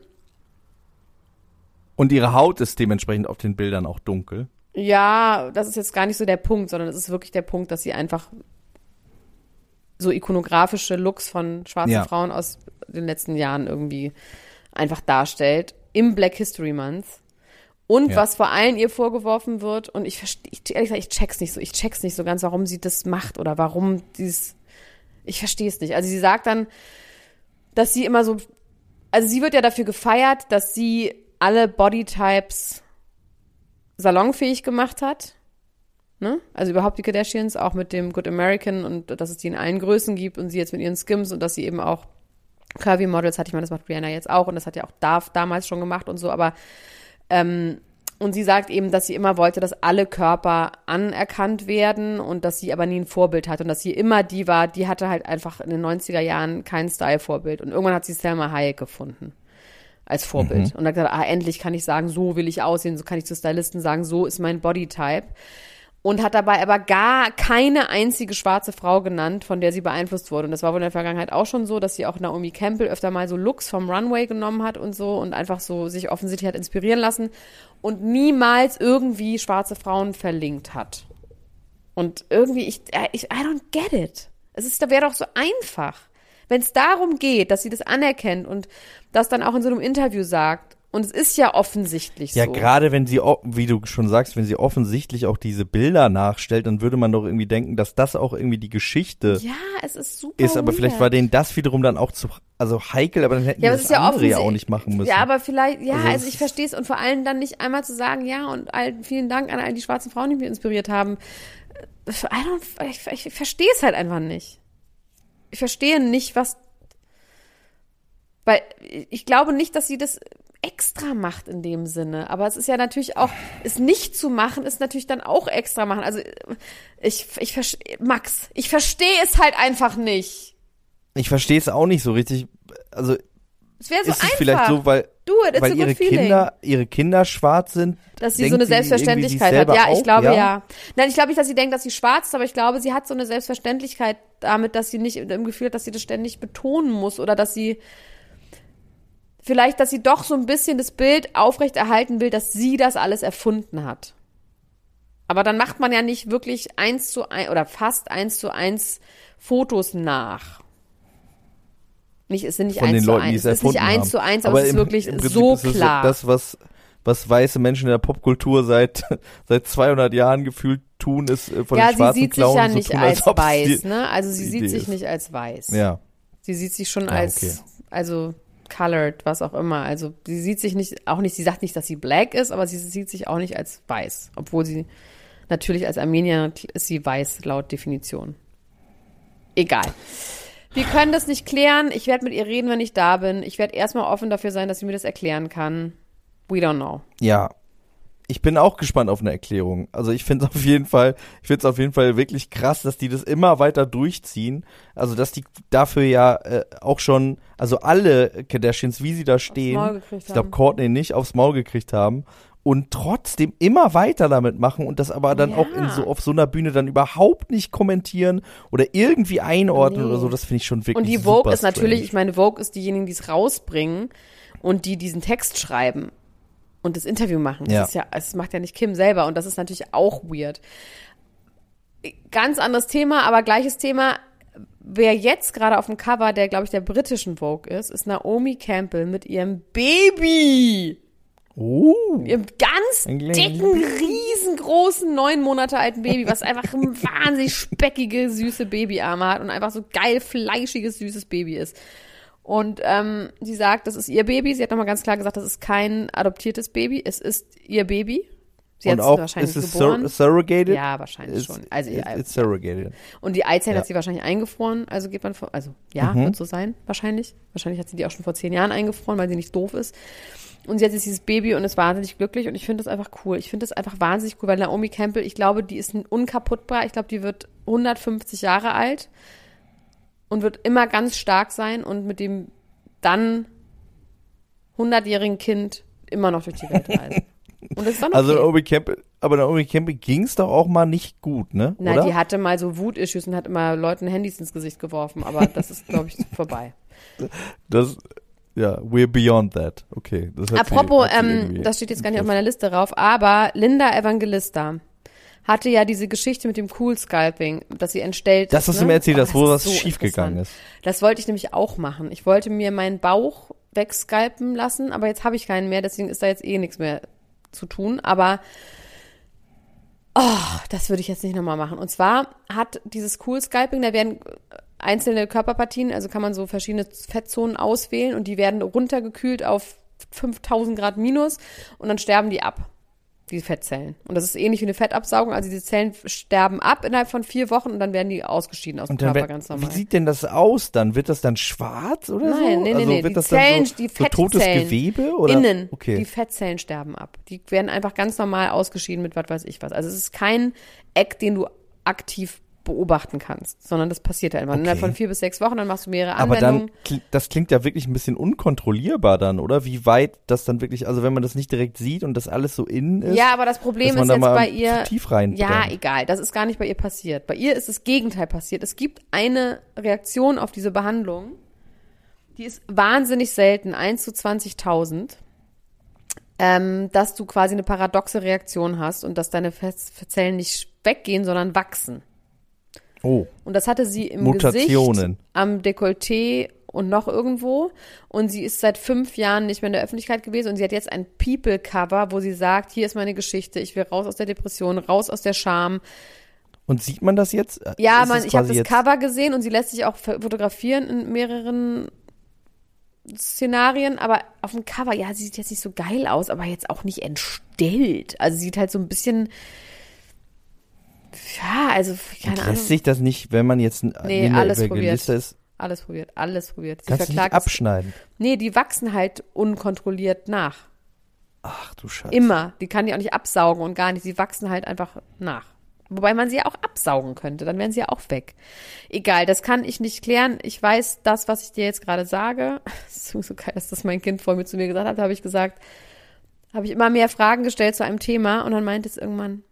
Und ihre Haut ist dementsprechend auf den Bildern auch dunkel. ja, das ist jetzt gar nicht so der Punkt, sondern es ist wirklich der Punkt, dass sie einfach so ikonografische Looks von schwarzen Ja. Frauen aus den letzten Jahren irgendwie einfach darstellt. Im Black History Month. Und Ja. was vor allem ihr vorgeworfen wird, und ich verstehe, ich, ehrlich gesagt, ich check's nicht so, ich check's nicht so ganz, warum sie das macht oder warum dieses, ich verstehe es nicht. Also sie sagt dann, dass sie immer so, also sie wird ja dafür gefeiert, dass sie alle Bodytypes salonfähig gemacht hat. Ne? Also überhaupt die Kardashians, auch mit dem Good American und dass es die in allen Größen gibt und sie jetzt mit ihren Skims und dass sie eben auch Curvy Models hat. Ich meine, das macht Rihanna jetzt auch und das hat ja auch Dove damals schon gemacht und so, aber Ähm, und sie sagt eben, dass sie immer wollte, dass alle Körper anerkannt werden und dass sie aber nie ein Vorbild hat und dass sie immer die war, die hatte halt einfach in den neunziger Jahren kein Style-Vorbild. Und irgendwann hat sie Salma Hayek gefunden als Vorbild. Mhm. Und hat gesagt, ah, endlich kann ich sagen, so will ich aussehen, so kann ich zu Stylisten sagen, so ist mein Bodytype. Und hat dabei aber gar keine einzige schwarze Frau genannt, von der sie beeinflusst wurde. Und das war wohl in der Vergangenheit auch schon so, dass sie auch Naomi Campbell öfter mal so Looks vom Runway genommen hat und so und einfach so sich offensichtlich hat inspirieren lassen und niemals irgendwie schwarze Frauen verlinkt hat. Und irgendwie, ich, ich I don't get it. Es ist, da wäre doch so einfach. Wenn es darum geht, dass sie das anerkennt und das dann auch in so einem Interview sagt, und es ist ja offensichtlich Ja, so. gerade wenn sie, o- wie du schon sagst, wenn sie offensichtlich auch diese Bilder nachstellt, dann würde man doch irgendwie denken, dass das auch irgendwie die Geschichte Ja, es ist super ist. Aber vielleicht war weird. denen das wiederum dann auch zu, also heikel, aber dann hätten Ja, die aber es das ist ja andere ja offensi- auch nicht machen müssen. Ja, aber vielleicht, ja, Also also, es ich ist- verstehe es und vor allem dann nicht einmal zu sagen, ja, und all, vielen Dank an all die schwarzen Frauen, die mich inspiriert haben. I don't, ich, ich, ich verstehe es halt einfach nicht. Ich verstehe nicht, was, weil ich glaube nicht, dass sie das extra macht in dem Sinne, aber es ist ja natürlich auch, es nicht zu machen, ist natürlich dann auch extra machen. Also ich, ich verstehe, Max, ich verstehe es halt einfach nicht. Ich verstehe es auch nicht so richtig. Also Es wäre so ist es einfach. vielleicht so, weil Do it, it's weil a ihre good feeling. Kinder, ihre Kinder schwarz sind. Dass sie denkt so eine sie irgendwie Selbstverständlichkeit sich hat. selber Ja, ich auch, glaube ja. ja. Nein, ich glaube nicht, dass sie denkt, dass sie schwarz ist, aber ich glaube, sie hat so eine Selbstverständlichkeit damit, dass sie nicht im Gefühl hat, dass sie das ständig betonen muss oder dass sie vielleicht, dass sie doch so ein bisschen das Bild aufrechterhalten will, dass sie das alles erfunden hat. Aber dann macht man ja nicht wirklich eins zu eins oder fast eins zu eins Fotos nach. Nicht, es sind nicht Von eins den zu Leuten, die eins. es Es ist nicht erfunden eins zu eins, haben. aber, es ist im- wirklich im Prinzip so ist es klar. Das, was, was weiße Menschen in der Popkultur seit, seit zweihundert Jahren gefühlt tun, ist äh, von Ja, den sie schwarzen sieht sich Clowns ja so nicht tun, als ob es weiß, die- ne? Also sie die sieht Idee sich ist. nicht als weiß. Ja. Sie sieht sich schon Ja, als, okay. also colored, was auch immer. Also sie sieht sich nicht, auch nicht, sie sagt nicht, dass sie black ist, aber sie sieht sich auch nicht als weiß. Obwohl sie natürlich als Armenier ist sie weiß, laut Definition. Egal. Wir können das nicht klären. Ich werde mit ihr reden, wenn ich da bin. Ich werde erstmal offen dafür sein, dass sie mir das erklären kann. We don't know. Ja. Ich bin auch gespannt auf eine Erklärung. Also ich finde es auf jeden Fall, ich finde es auf jeden Fall wirklich krass, dass die das immer weiter durchziehen. Also dass die dafür ja äh, auch schon, also alle Kardashians, wie sie da stehen, Maul gekriegt ich glaube haben. Kourtney nicht, aufs Maul gekriegt haben und trotzdem immer weiter damit machen und das aber dann Ja. auch in so auf so einer Bühne dann überhaupt nicht kommentieren oder irgendwie einordnen Nee. oder so. Das finde ich schon wirklich Und die super Vogue ist natürlich, strange. ich meine, Vogue ist diejenigen, die es rausbringen und die diesen Text schreiben und das Interview machen. Das Ja. ist ja, das macht ja nicht Kim selber und das ist natürlich auch weird. Ganz anderes Thema, aber gleiches Thema. Wer jetzt gerade auf dem Cover, der, glaube ich, der britischen Vogue ist, ist Naomi Campbell mit ihrem Baby. Oh. Ihrem ganz Ein kleines dicken, riesengroßen, neun Monate alten Baby, was einfach ein wahnsinnig speckige, süße Babyarme hat und einfach so geil fleischiges, süßes Baby ist. Und ähm, sie sagt, das ist ihr Baby. Sie hat nochmal ganz klar gesagt, das ist kein adoptiertes Baby, es ist ihr Baby. Sie hat Und es auch, wahrscheinlich ist es geboren. sur surrogated? Ja, wahrscheinlich It's- schon. Also, it's, ja, it's surrogated. und die Eizellen Ja. hat sie wahrscheinlich eingefroren, also geht man von, also ja, Mhm. wird so sein, wahrscheinlich. Wahrscheinlich hat sie die auch schon vor zehn Jahren eingefroren, weil sie nicht doof ist. Und sie hat jetzt dieses Baby und ist wahnsinnig glücklich und ich finde das einfach cool. Ich finde das einfach wahnsinnig cool, weil Naomi Campbell, ich glaube, die ist unkaputtbar. Ich glaube, die wird hundertfünfzig Jahre alt und wird immer ganz stark sein und mit dem dann hundertjährigen Kind immer noch durch die Welt reisen. Und das ist dann okay. Also Naomi Campbell, aber Naomi Campbell ging es doch auch mal nicht gut, ne? Na, Oder? die hatte mal so Wut-Issues und hat immer Leuten Handys ins Gesicht geworfen, aber das ist, glaube ich, vorbei. Das, ja, we're beyond that. Okay. Das hat Apropos, sie, hat sie ähm, irgendwie das steht jetzt gar nicht im auf meiner Liste drauf, aber Linda Evangelista hatte ja diese Geschichte mit dem Cool Scalping, dass sie entstellt Das, ist. was du ne? mir erzählt Oh, hast, wo was ist so schiefgegangen interessant. ist. Das wollte ich nämlich auch machen. Ich wollte mir meinen Bauch wegscalpen lassen, aber jetzt habe ich keinen mehr, deswegen ist da jetzt eh nichts mehr zu tun. Aber oh, das würde ich jetzt nicht nochmal machen. Und zwar hat dieses Cool Scalping, da werden einzelne Körperpartien, also kann man so verschiedene Fettzonen auswählen und die werden runtergekühlt auf fünftausend Grad minus und dann sterben die ab, die Fettzellen. Und das ist ähnlich wie eine Fettabsaugung, also diese Zellen sterben ab innerhalb von vier Wochen und dann werden die ausgeschieden aus dem Und dann, Körper, wird- ganz normal. wie sieht denn das aus dann? Wird das dann schwarz oder so? Nein, nee, nee, also nee, wird die das Zellen, dann so, die so totes Fettzellen Gewebe? Oder? innen, Okay. die Fettzellen sterben ab. Die werden einfach ganz normal ausgeschieden mit was weiß ich was. Also es ist kein Eck, den du aktiv beobachten kannst, sondern das passiert ja einfach. Okay. Innerhalb von vier bis sechs Wochen, dann machst du mehrere Aber Anwendungen. dann, kli- das klingt ja wirklich ein bisschen unkontrollierbar dann, oder? Wie weit das dann wirklich, also wenn man das nicht direkt sieht und das alles so innen ist. Ja, aber das Problem dass man ist da jetzt mal bei ihr, zu tief rein ja, brennt. egal, das ist gar nicht bei ihr passiert. Bei ihr ist das Gegenteil passiert. Es gibt eine Reaktion auf diese Behandlung, die ist wahnsinnig selten, eins zu zwanzigtausend, ähm, dass du quasi eine paradoxe Reaktion hast und dass deine Fettzellen nicht weggehen, sondern wachsen. Oh, Und das hatte sie im Mutationen. Gesicht, am Dekolleté und noch irgendwo. Und sie ist seit fünf Jahren nicht mehr in der Öffentlichkeit gewesen. Und sie hat jetzt ein People-Cover, wo sie sagt, hier ist meine Geschichte, ich will raus aus der Depression, raus aus der Scham. und sieht man das jetzt? Ja, Ist man, es ich habe quasi das jetzt- Cover gesehen und sie lässt sich auch fotografieren in mehreren Szenarien. Aber auf dem Cover, ja, sie sieht jetzt nicht so geil aus, aber jetzt auch nicht entstellt. Also sie sieht halt so ein bisschen... Ja, also, keine Und Ahnung. lässt sich das nicht, wenn man jetzt ein Nee, Linda alles Evangelista ist, Alles probiert, alles probiert. Sie kannst du nicht verklagt es- abschneiden? Nee, die wachsen halt unkontrolliert nach. Ach du Scheiße. Immer. Die kann die auch nicht absaugen und gar nicht. Sie wachsen halt einfach nach. Wobei man sie ja auch absaugen könnte, dann wären sie ja auch weg. Egal, das kann ich nicht klären. Ich weiß, das, was ich dir jetzt gerade sage, das ist so geil, dass das mein Kind vor mir zu mir gesagt hat, habe ich gesagt, habe ich immer mehr Fragen gestellt zu einem Thema und dann meinte es irgendwann,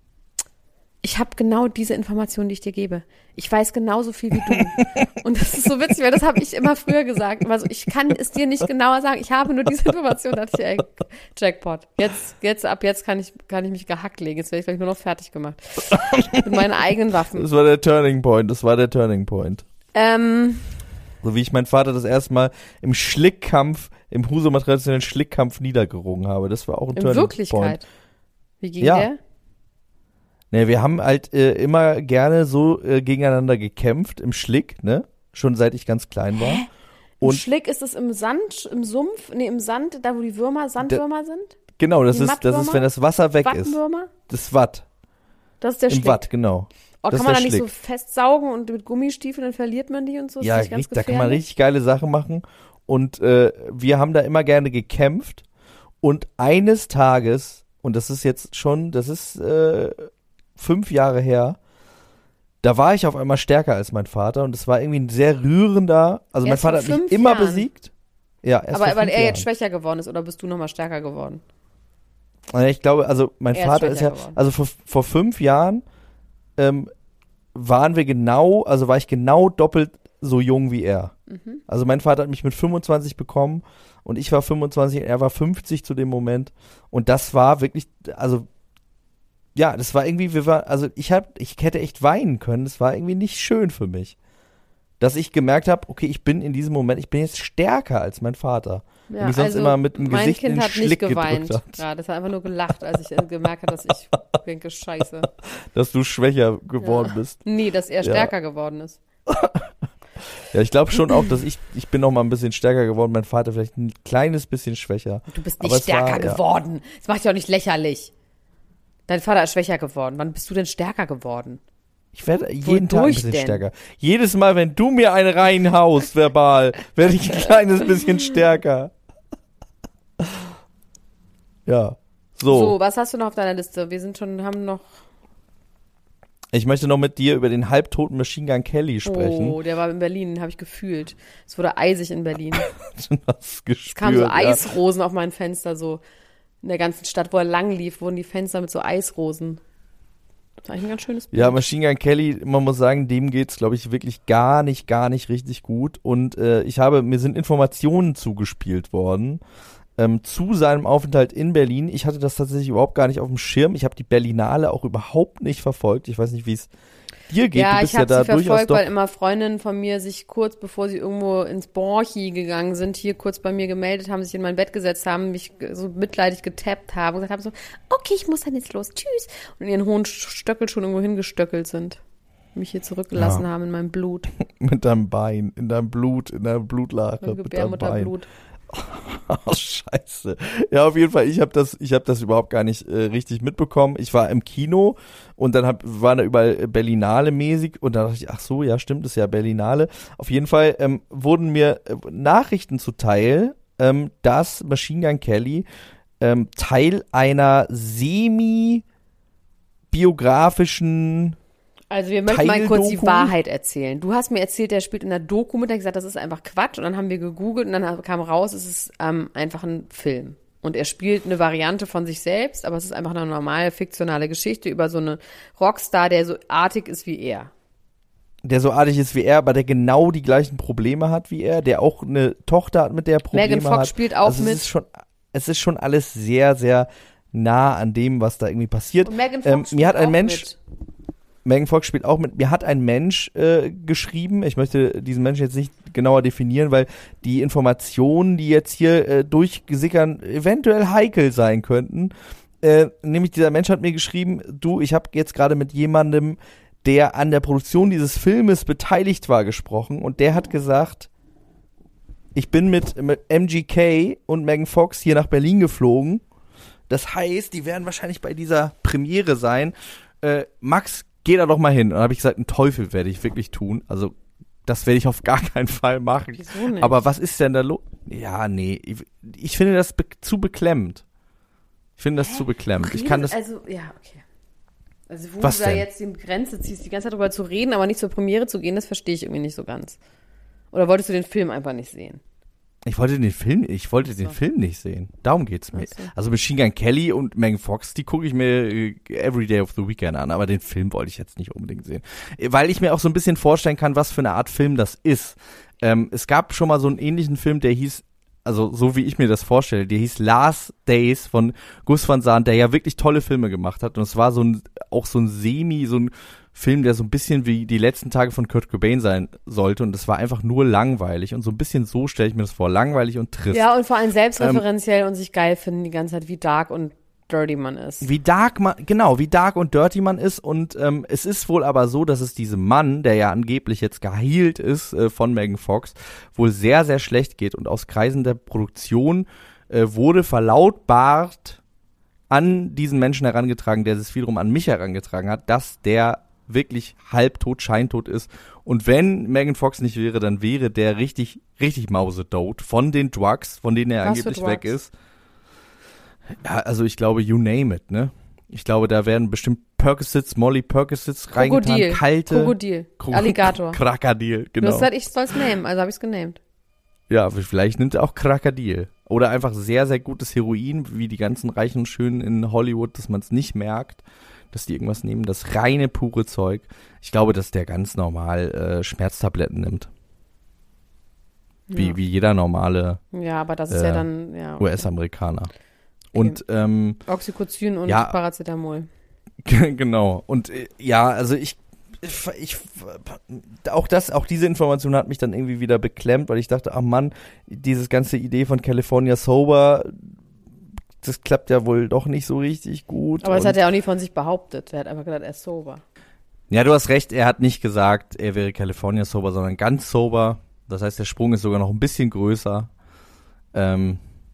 ich habe genau diese Informationen, die ich dir gebe. Ich weiß genauso viel wie du. Und das ist so witzig, weil das habe ich immer früher gesagt. Immer so, ich kann es dir nicht genauer sagen. Ich habe nur diese Information. Da dachte ich, ey, Jackpot. Jetzt, jetzt, ab jetzt kann ich, kann ich mich gehackt legen. Jetzt werde ich gleich nur noch fertig gemacht. Mit meinen eigenen Waffen. Das war der Turning Point. Das war der Turning Point. Ähm. So wie ich meinen Vater das erste Mal im Schlickkampf, im Husumer traditionellen Schlickkampf niedergerungen habe. Das war auch ein In Turning Wirklichkeit. Point. Wie ging Ja. der? Ne, wir haben halt äh, immer gerne so äh, gegeneinander gekämpft im Schlick, ne? Schon seit ich ganz klein war. Hä? Und Im Schlick ist es im Sand, im Sumpf, nee, im Sand, da wo die Würmer, Sandwürmer sind? genau, das Die ist, das ist, Mattwürmer? wenn das Wasser weg ist. Wattenwürmer? Das Watt. Das ist der Im Schlick. Watt, genau. Oh, das kann man ist da der nicht so Schlick. festsaugen und mit Gummistiefeln, dann verliert man die und so? Ist Ja, das nicht ganz richtig, da kann man gefährlich? richtig geile Sachen machen. Und äh, wir haben da immer gerne gekämpft. Und eines Tages, und das ist jetzt schon, das ist äh, fünf Jahre her, da war ich auf einmal stärker als mein Vater. Und es war irgendwie ein sehr rührender, also mein Erst vor Vater hat mich fünf immer Jahren? besiegt. Ja, erst Aber vor weil fünf er Jahren. jetzt schwächer geworden ist oder bist du nochmal stärker geworden? Ich glaube, also mein Er ist Vater ist schwächer ja, geworden. also vor, vor fünf Jahren ähm, waren wir genau, also war ich genau doppelt so jung wie er. Mhm. Also mein Vater hat mich mit fünfundzwanzig bekommen und ich war fünfundzwanzig und er war fünfzig zu dem Moment. Und das war wirklich, also ja, das war irgendwie, wir waren, also ich hab, ich hätte echt weinen können. Das war irgendwie nicht schön für mich. Dass ich gemerkt habe, okay, ich bin in diesem Moment, ich bin jetzt stärker als mein Vater. Ja, und mich sonst also immer mit dem mein Gesicht Kind in den hat Schlick nicht geweint. gedrückt hat. Ja, das hat einfach nur gelacht, als ich gemerkt habe, dass ich denke, scheiße. Dass du schwächer geworden Ja. bist. Nee, dass er Ja. stärker geworden ist. Ja, ich glaube schon auch, dass ich, ich bin noch mal ein bisschen stärker geworden, mein Vater vielleicht ein kleines bisschen schwächer. Du bist Aber nicht es war, stärker ja. geworden. Das macht dich auch nicht lächerlich. Dein Vater ist schwächer geworden. Wann bist du denn stärker geworden? Ich werde jeden Tag ein Wodurch bisschen denn? stärker. Jedes Mal, wenn du mir einen reinhaust, verbal, werde ich ein kleines bisschen stärker. Ja. So. So, was hast du noch auf deiner Liste? Wir sind schon, haben noch. Ich möchte noch mit dir über den halbtoten Machine Gun Kelly sprechen. Oh, der war in Berlin, den habe ich gefühlt. Es wurde eisig in Berlin. Du hast gespürt, Es kamen so ja. Eisrosen auf mein Fenster, so in der ganzen Stadt, wo er lang lief, wurden die Fenster mit so Eisrosen. Das war eigentlich ein ganz schönes Bild. Ja, Machine Gun Kelly, man muss sagen, dem geht's, glaube ich, wirklich gar nicht, gar nicht richtig gut. Und äh, ich habe, mir sind Informationen zugespielt worden ähm, zu seinem Aufenthalt in Berlin. Ich hatte das tatsächlich überhaupt gar nicht auf dem Schirm. Ich habe die Berlinale auch überhaupt nicht verfolgt. Ich weiß nicht, wie es dir geht. Ja, du bist ich habe ja da sie durchaus verfolgt, doch. weil immer Freundinnen von mir sich kurz bevor sie irgendwo ins Borchi gegangen sind, hier kurz bei mir gemeldet haben, sich in mein Bett gesetzt haben, mich so mitleidig getappt haben und gesagt haben so, okay, ich muss dann jetzt los, tschüss. Und in ihren hohen Stöckel schon irgendwo hingestöckelt sind. Mich hier zurückgelassen Ja. haben in meinem Blut. Mit deinem Bein, in deinem Blut, in deiner Blutlache. Im mit deinem Bein. Gebärmutterblut. Oh, scheiße. Ja, auf jeden Fall, ich habe das, ich habe das überhaupt gar nicht äh, richtig mitbekommen. Ich war im Kino und dann hab, waren da überall Berlinale mäßig und dann dachte ich, ach so, ja stimmt, ist ja Berlinale. Auf jeden Fall ähm, wurden mir äh, Nachrichten zuteil, ähm, dass Machine Gun Kelly ähm, Teil einer semi-biografischen Also wir möchten mal kurz die Teildoku? Wahrheit erzählen. Du hast mir erzählt, der spielt in der Doku mit, er hat gesagt, das ist einfach Quatsch. Und dann haben wir gegoogelt und dann kam raus, es ist ähm, einfach ein Film. Und er spielt eine Variante von sich selbst, aber es ist einfach eine normale, fiktionale Geschichte über so eine Rockstar, der so artig ist wie er. der so artig ist wie er, aber der genau die gleichen Probleme hat wie er, der auch eine Tochter hat, mit der er Probleme Megan Fox hat. spielt auch also mit. Es ist, schon, es ist schon alles sehr, sehr nah an dem, was da irgendwie passiert. Und Megan Fox Ähm, spielt mir hat ein auch Mensch, mit. Megan Fox spielt auch mit, mir hat ein Mensch äh, geschrieben, ich möchte diesen Menschen jetzt nicht genauer definieren, weil die Informationen, die jetzt hier äh, durchgesickern, eventuell heikel sein könnten. Äh, nämlich dieser Mensch hat mir geschrieben, du, ich habe jetzt gerade mit jemandem, der an der Produktion dieses Filmes beteiligt war, gesprochen und der hat gesagt, ich bin mit, mit M G K und Megan Fox hier nach Berlin geflogen. Das heißt, die werden wahrscheinlich bei dieser Premiere sein. Äh, Max, geh da doch mal hin. Und dann habe ich gesagt, einen Teufel werde ich wirklich tun. Also, das werde ich auf gar keinen Fall machen. Wieso nicht? Aber was ist denn da los? Ja, nee. Ich, ich finde das be- zu beklemmend. Ich finde das zu beklemmend. Ich kann das. Also, ja, okay. Also wo Was du da denn? jetzt die Grenze ziehst, die ganze Zeit darüber zu reden, aber nicht zur Premiere zu gehen, das verstehe ich irgendwie nicht so ganz. Oder wolltest du den Film einfach nicht sehen? Ich wollte den Film, ich wollte den So. Film nicht sehen. Darum geht's mir. Ach so. Also Machine Gun Kelly und Megan Fox, die gucke ich mir äh, every day of the weekend an, aber den Film wollte ich jetzt nicht unbedingt sehen. Äh, Weil ich mir auch so ein bisschen vorstellen kann, was für eine Art Film das ist. Ähm, es gab schon mal so einen ähnlichen Film, der hieß, also so wie ich mir das vorstelle, der hieß Last Days von Gus Van Sant, der ja wirklich tolle Filme gemacht hat. Und es war so ein, auch so ein Semi, so ein Film, der so ein bisschen wie die letzten Tage von Kurt Cobain sein sollte. Und es war einfach nur langweilig. Und so ein bisschen so stelle ich mir das vor. Langweilig und trist. Ja, und vor allem selbstreferenziell und sich geil finden die ganze Zeit, wie dark und dirty man ist. Wie dark man, genau, wie dark und dirty man ist. Und ähm, es ist wohl aber so, dass es diesem Mann, der ja angeblich jetzt geheilt ist äh, von Megan Fox, wohl sehr, sehr schlecht geht. Und aus Kreisen der Produktion äh, wurde verlautbart an diesen Menschen herangetragen, der es wiederum an mich herangetragen hat, dass der wirklich halbtot, scheintot ist. Und wenn Megan Fox nicht wäre, dann wäre der richtig, richtig mausetot von den Drugs, von denen er Was für angeblich weg Drugs? ist. Ja, also ich glaube, you name it, ne? Ich glaube, da werden bestimmt Percocets, Molly Percocets reingetan, Krokodil. kalte. Krokodil. Kro- Alligator. Krokodil, Du genau. hast gesagt, ich soll's nehmen, also habe ich's genamed. Ja, vielleicht nimmt er auch Krokodil. Oder einfach sehr, sehr gutes Heroin, wie die ganzen Reichen und Schönen in Hollywood, dass man es nicht merkt, dass die irgendwas nehmen. Das reine, pure Zeug. Ich glaube, dass der ganz normal äh, Schmerztabletten nimmt. Wie, Ja. wie jeder normale Ja, aber das ist Äh, ja dann, ja. U S-Amerikaner. Und ähm, Oxycodon und Ja. Paracetamol. genau. Und äh, ja, also ich, ich, ich, auch das, auch diese Information hat mich dann irgendwie wieder beklemmt, weil ich dachte, ach Mann, dieses ganze Idee von California Sober, das klappt ja wohl doch nicht so richtig gut. Aber das Und- hat er auch nie von sich behauptet. Er hat einfach gesagt, er ist sober. Ja, du hast recht, er hat nicht gesagt, er wäre California Sober, sondern ganz sober. Das heißt, der Sprung ist sogar noch ein bisschen größer. Ähm,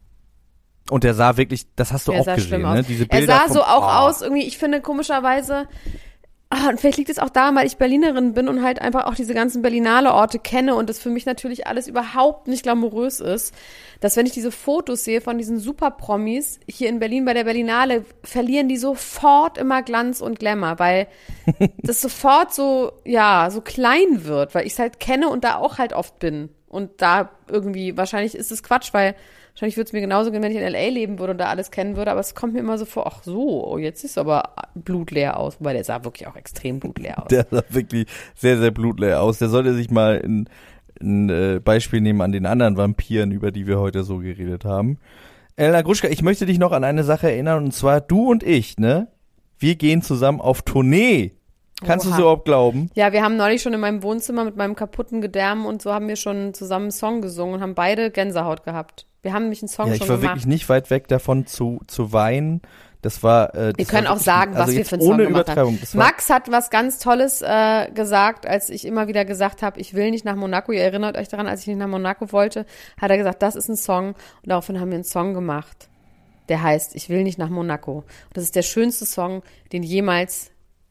und der sah wirklich, das hast du Er auch sah gesehen, schlimm ne? aus. Diese Er Bilder sah so vom- auch Oh. aus, irgendwie, ich finde komischerweise, ah, und vielleicht liegt es auch daran, weil ich Berlinerin bin und halt einfach auch diese ganzen Berlinale Orte kenne und das für mich natürlich alles überhaupt nicht glamourös ist, dass wenn ich diese Fotos sehe von diesen Super-Promis hier in Berlin bei der Berlinale, verlieren die sofort immer Glanz und Glamour, weil das sofort so, ja, so klein wird, weil ich es halt kenne und da auch halt oft bin. Und da irgendwie, wahrscheinlich ist es Quatsch, weil wahrscheinlich würde es mir genauso gehen, wenn ich in L A leben würde und da alles kennen würde, aber es kommt mir immer so vor, ach so, oh, jetzt sieht es aber blutleer aus. Wobei der sah wirklich auch extrem blutleer aus. Der sah wirklich sehr, sehr blutleer aus. Der sollte sich mal ein, ein äh, Beispiel nehmen an den anderen Vampiren, über die wir heute so geredet haben. Elena Gruschka, ich möchte dich noch an eine Sache erinnern, und zwar du und ich, ne? Wir gehen zusammen auf Tournee. Kannst du Oha. es überhaupt glauben? Ja, wir haben neulich schon in meinem Wohnzimmer mit meinem kaputten Gedärm und so haben wir schon zusammen einen Song gesungen und haben beide Gänsehaut gehabt. Wir haben nämlich einen Song Ja, schon ich war gemacht. wirklich nicht weit weg davon zu, zu weinen. Das war. Äh, das Wir können war auch wirklich- sagen, was also wir jetzt für einen Song ohne gemacht Übertreibung. haben. Das war, Max hat was ganz Tolles äh, gesagt, als ich immer wieder gesagt habe, ich will nicht nach Monaco. Ihr erinnert euch daran, als ich nicht nach Monaco wollte, hat er gesagt, das ist ein Song. Und daraufhin haben wir einen Song gemacht, der heißt, ich will nicht nach Monaco. Und das ist der schönste Song, den jemals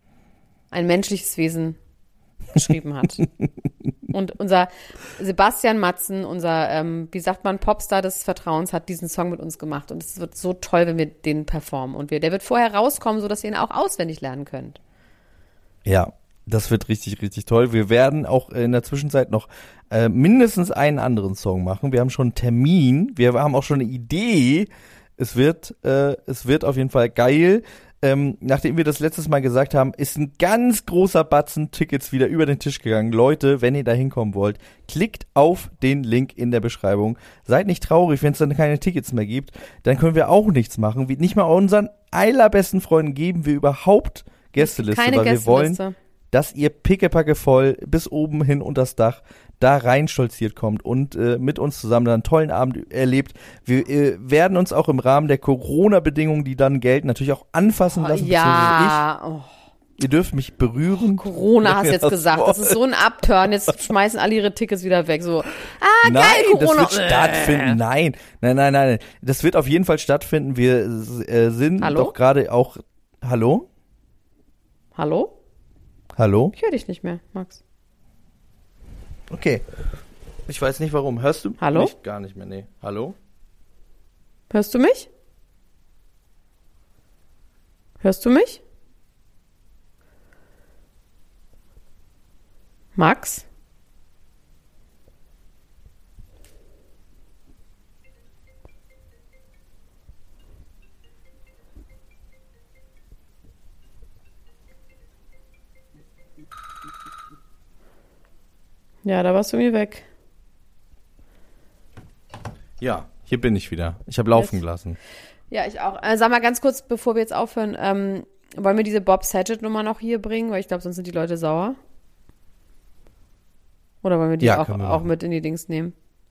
ein menschliches Wesen geschrieben hat. Und unser Sebastian Matzen, unser, ähm, wie sagt man, Popstar des Vertrauens, hat diesen Song mit uns gemacht. Und es wird so toll, wenn wir den performen. Und wir, der wird vorher rauskommen, sodass ihr ihn auch auswendig lernen könnt. ja, das wird richtig, richtig toll. Wir werden auch in der Zwischenzeit noch äh, mindestens einen anderen Song machen. Wir haben schon einen Termin. Wir haben auch schon eine Idee. Es wird, äh, es wird auf jeden Fall geil. Ähm, nachdem wir das letztes Mal gesagt haben, ist ein ganz großer Batzen Tickets wieder über den Tisch gegangen. Leute, wenn ihr da hinkommen wollt, klickt auf den Link in der Beschreibung. Seid nicht traurig, wenn es dann keine Tickets mehr gibt. Dann können wir auch nichts machen. Wie nicht mal unseren allerbesten Freunden geben wir überhaupt Gästeliste, Keine weil wir wollen, Gästeliste. dass ihr pickepacke voll bis oben hin unters Dach da rein stolziert kommt und äh, mit uns zusammen dann einen tollen Abend erlebt. Wir äh, werden uns auch im Rahmen der Corona-Bedingungen, die dann gelten, natürlich auch anfassen lassen. Ja, oh, beziehungsweise ich. Ihr dürft mich berühren. Corona hast du jetzt Das gesagt. Das ist so ein Upturn. Jetzt schmeißen alle ihre Tickets wieder weg. So, ah, Nein, geil, das Corona. wird stattfinden. Nein, nein, nein, nein. Das wird auf jeden Fall stattfinden. Wir äh, sind Hallo? doch gerade auch. Hallo? Hallo? Hallo? Ich höre dich nicht mehr, Max. Okay. Ich weiß nicht warum. Hörst du Hallo? mich? Gar nicht mehr, nee. Hallo? Hörst du mich? Hörst du mich? Max? Ja, da warst du mir weg. Ja, hier bin ich wieder. Ich habe laufen gelassen. Ja, ich auch. Äh, sag mal ganz kurz, bevor wir jetzt aufhören, ähm, wollen wir diese Bob Saget-Nummer noch hier bringen? Weil ich glaube, sonst sind die Leute sauer. Oder wollen wir die Ja, auch, können wir auch machen. mit in die Dings nehmen?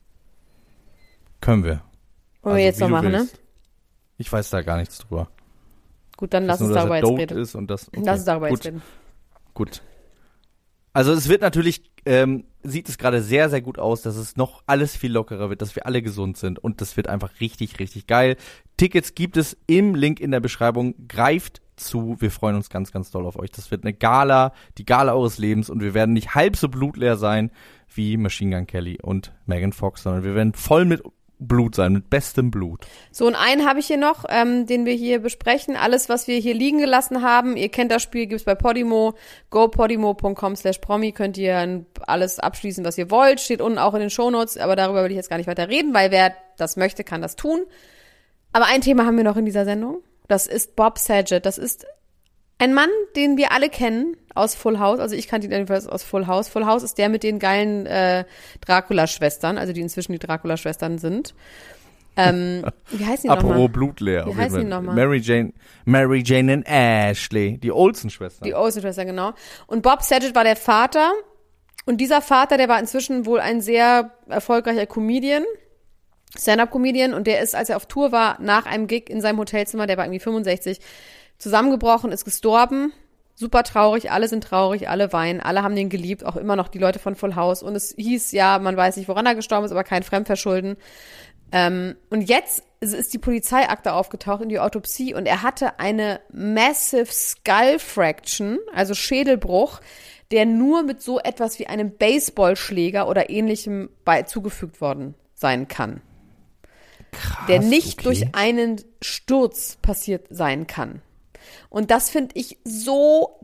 Können wir. Wollen wir jetzt wie noch du machen, ne? willst. Ich weiß da gar nichts drüber. Gut, dann Ich lass weiß uns nur, dass darüber er jetzt dope reden. ist und das, okay. Lass uns darüber Gut. jetzt reden. Gut. Also es wird natürlich, ähm, sieht es gerade sehr, sehr gut aus, dass es noch alles viel lockerer wird, dass wir alle gesund sind und das wird einfach richtig, richtig geil. Tickets gibt es im Link in der Beschreibung. Greift zu, wir freuen uns ganz, ganz doll auf euch. Das wird eine Gala, die Gala eures Lebens und wir werden nicht halb so blutleer sein wie Machine Gun Kelly und Megan Fox, sondern wir werden voll mit Blut sein, mit bestem Blut. So, und einen habe ich hier noch, ähm, den wir hier besprechen. Alles, was wir hier liegen gelassen haben, ihr kennt das Spiel, gibt's bei Podimo. gopodimo.com slash promi könnt ihr alles abschließen, was ihr wollt. Steht unten auch in den Shownotes, aber darüber will ich jetzt gar nicht weiter reden, weil wer das möchte, kann das tun. Aber ein Thema haben wir noch in dieser Sendung. Das ist Bob Saget. Das ist ein Mann, den wir alle kennen aus Full House. Also ich kannte ihn jedenfalls aus Full House. Full House ist der mit den geilen äh, Dracula-Schwestern, also die inzwischen die Dracula-Schwestern sind. Ähm, wie heißen die Apropos nochmal? blutleer. Wie auf heißen jeden die Fall. nochmal? Mary Jane, Mary Jane und Ashley, die Olsen-Schwestern. Die Olsen-Schwestern, genau. Und Bob Saget war der Vater. Und dieser Vater, der war inzwischen wohl ein sehr erfolgreicher Comedian, Stand-up-Comedian. Und der ist, als er auf Tour war, nach einem Gig in seinem Hotelzimmer, der war irgendwie fünfundsechzig, zusammengebrochen, ist gestorben. Super traurig, alle sind traurig, alle weinen, alle haben den geliebt, auch immer noch die Leute von Full House. Und es hieß, ja, man weiß nicht, woran er gestorben ist, aber kein Fremdverschulden. Ähm, und jetzt ist die Polizeiakte aufgetaucht in die Autopsie und er hatte eine Massive Skull Fraction, also Schädelbruch, der nur mit so etwas wie einem Baseballschläger oder ähnlichem bei, zugefügt worden sein kann. Krass, Der nicht okay. durch einen Sturz passiert sein kann. Und das finde ich so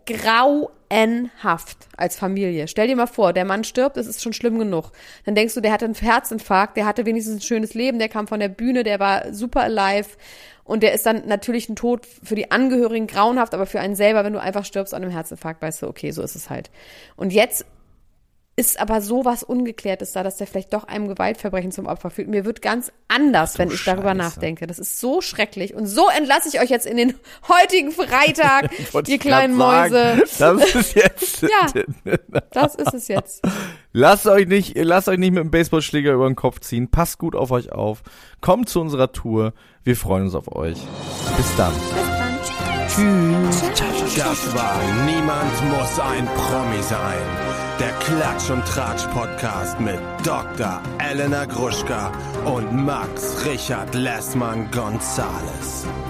grauenhaft als Familie. Stell dir mal vor, der Mann stirbt, das ist schon schlimm genug. Dann denkst du, der hatte einen Herzinfarkt, der hatte wenigstens ein schönes Leben, der kam von der Bühne, der war super alive. Und der ist dann natürlich ein Tod für die Angehörigen grauenhaft, aber für einen selber, wenn du einfach stirbst an einem Herzinfarkt, weißt du, okay, so ist es halt. Und jetzt ist aber sowas Ungeklärtes da, dass der vielleicht doch einem Gewaltverbrechen zum Opfer fühlt. Mir wird ganz anders, wenn ich darüber Scheiße. nachdenke. Das ist so schrecklich. Und so entlasse ich euch jetzt in den heutigen Freitag, Wollte ihr ich kleinen grad Mäuse. sagen. Das ist jetzt. Ja. Das ist es jetzt. Lasst euch nicht, lasst euch nicht mit dem Baseballschläger über den Kopf ziehen. Passt gut auf euch auf. Kommt zu unserer Tour. Wir freuen uns auf euch. Bis dann. Das war Niemand muss ein Promi sein. Der Klatsch und Tratsch Podcast mit Doktor Elena Gruschka und Max Richard Lessmann Gonzales.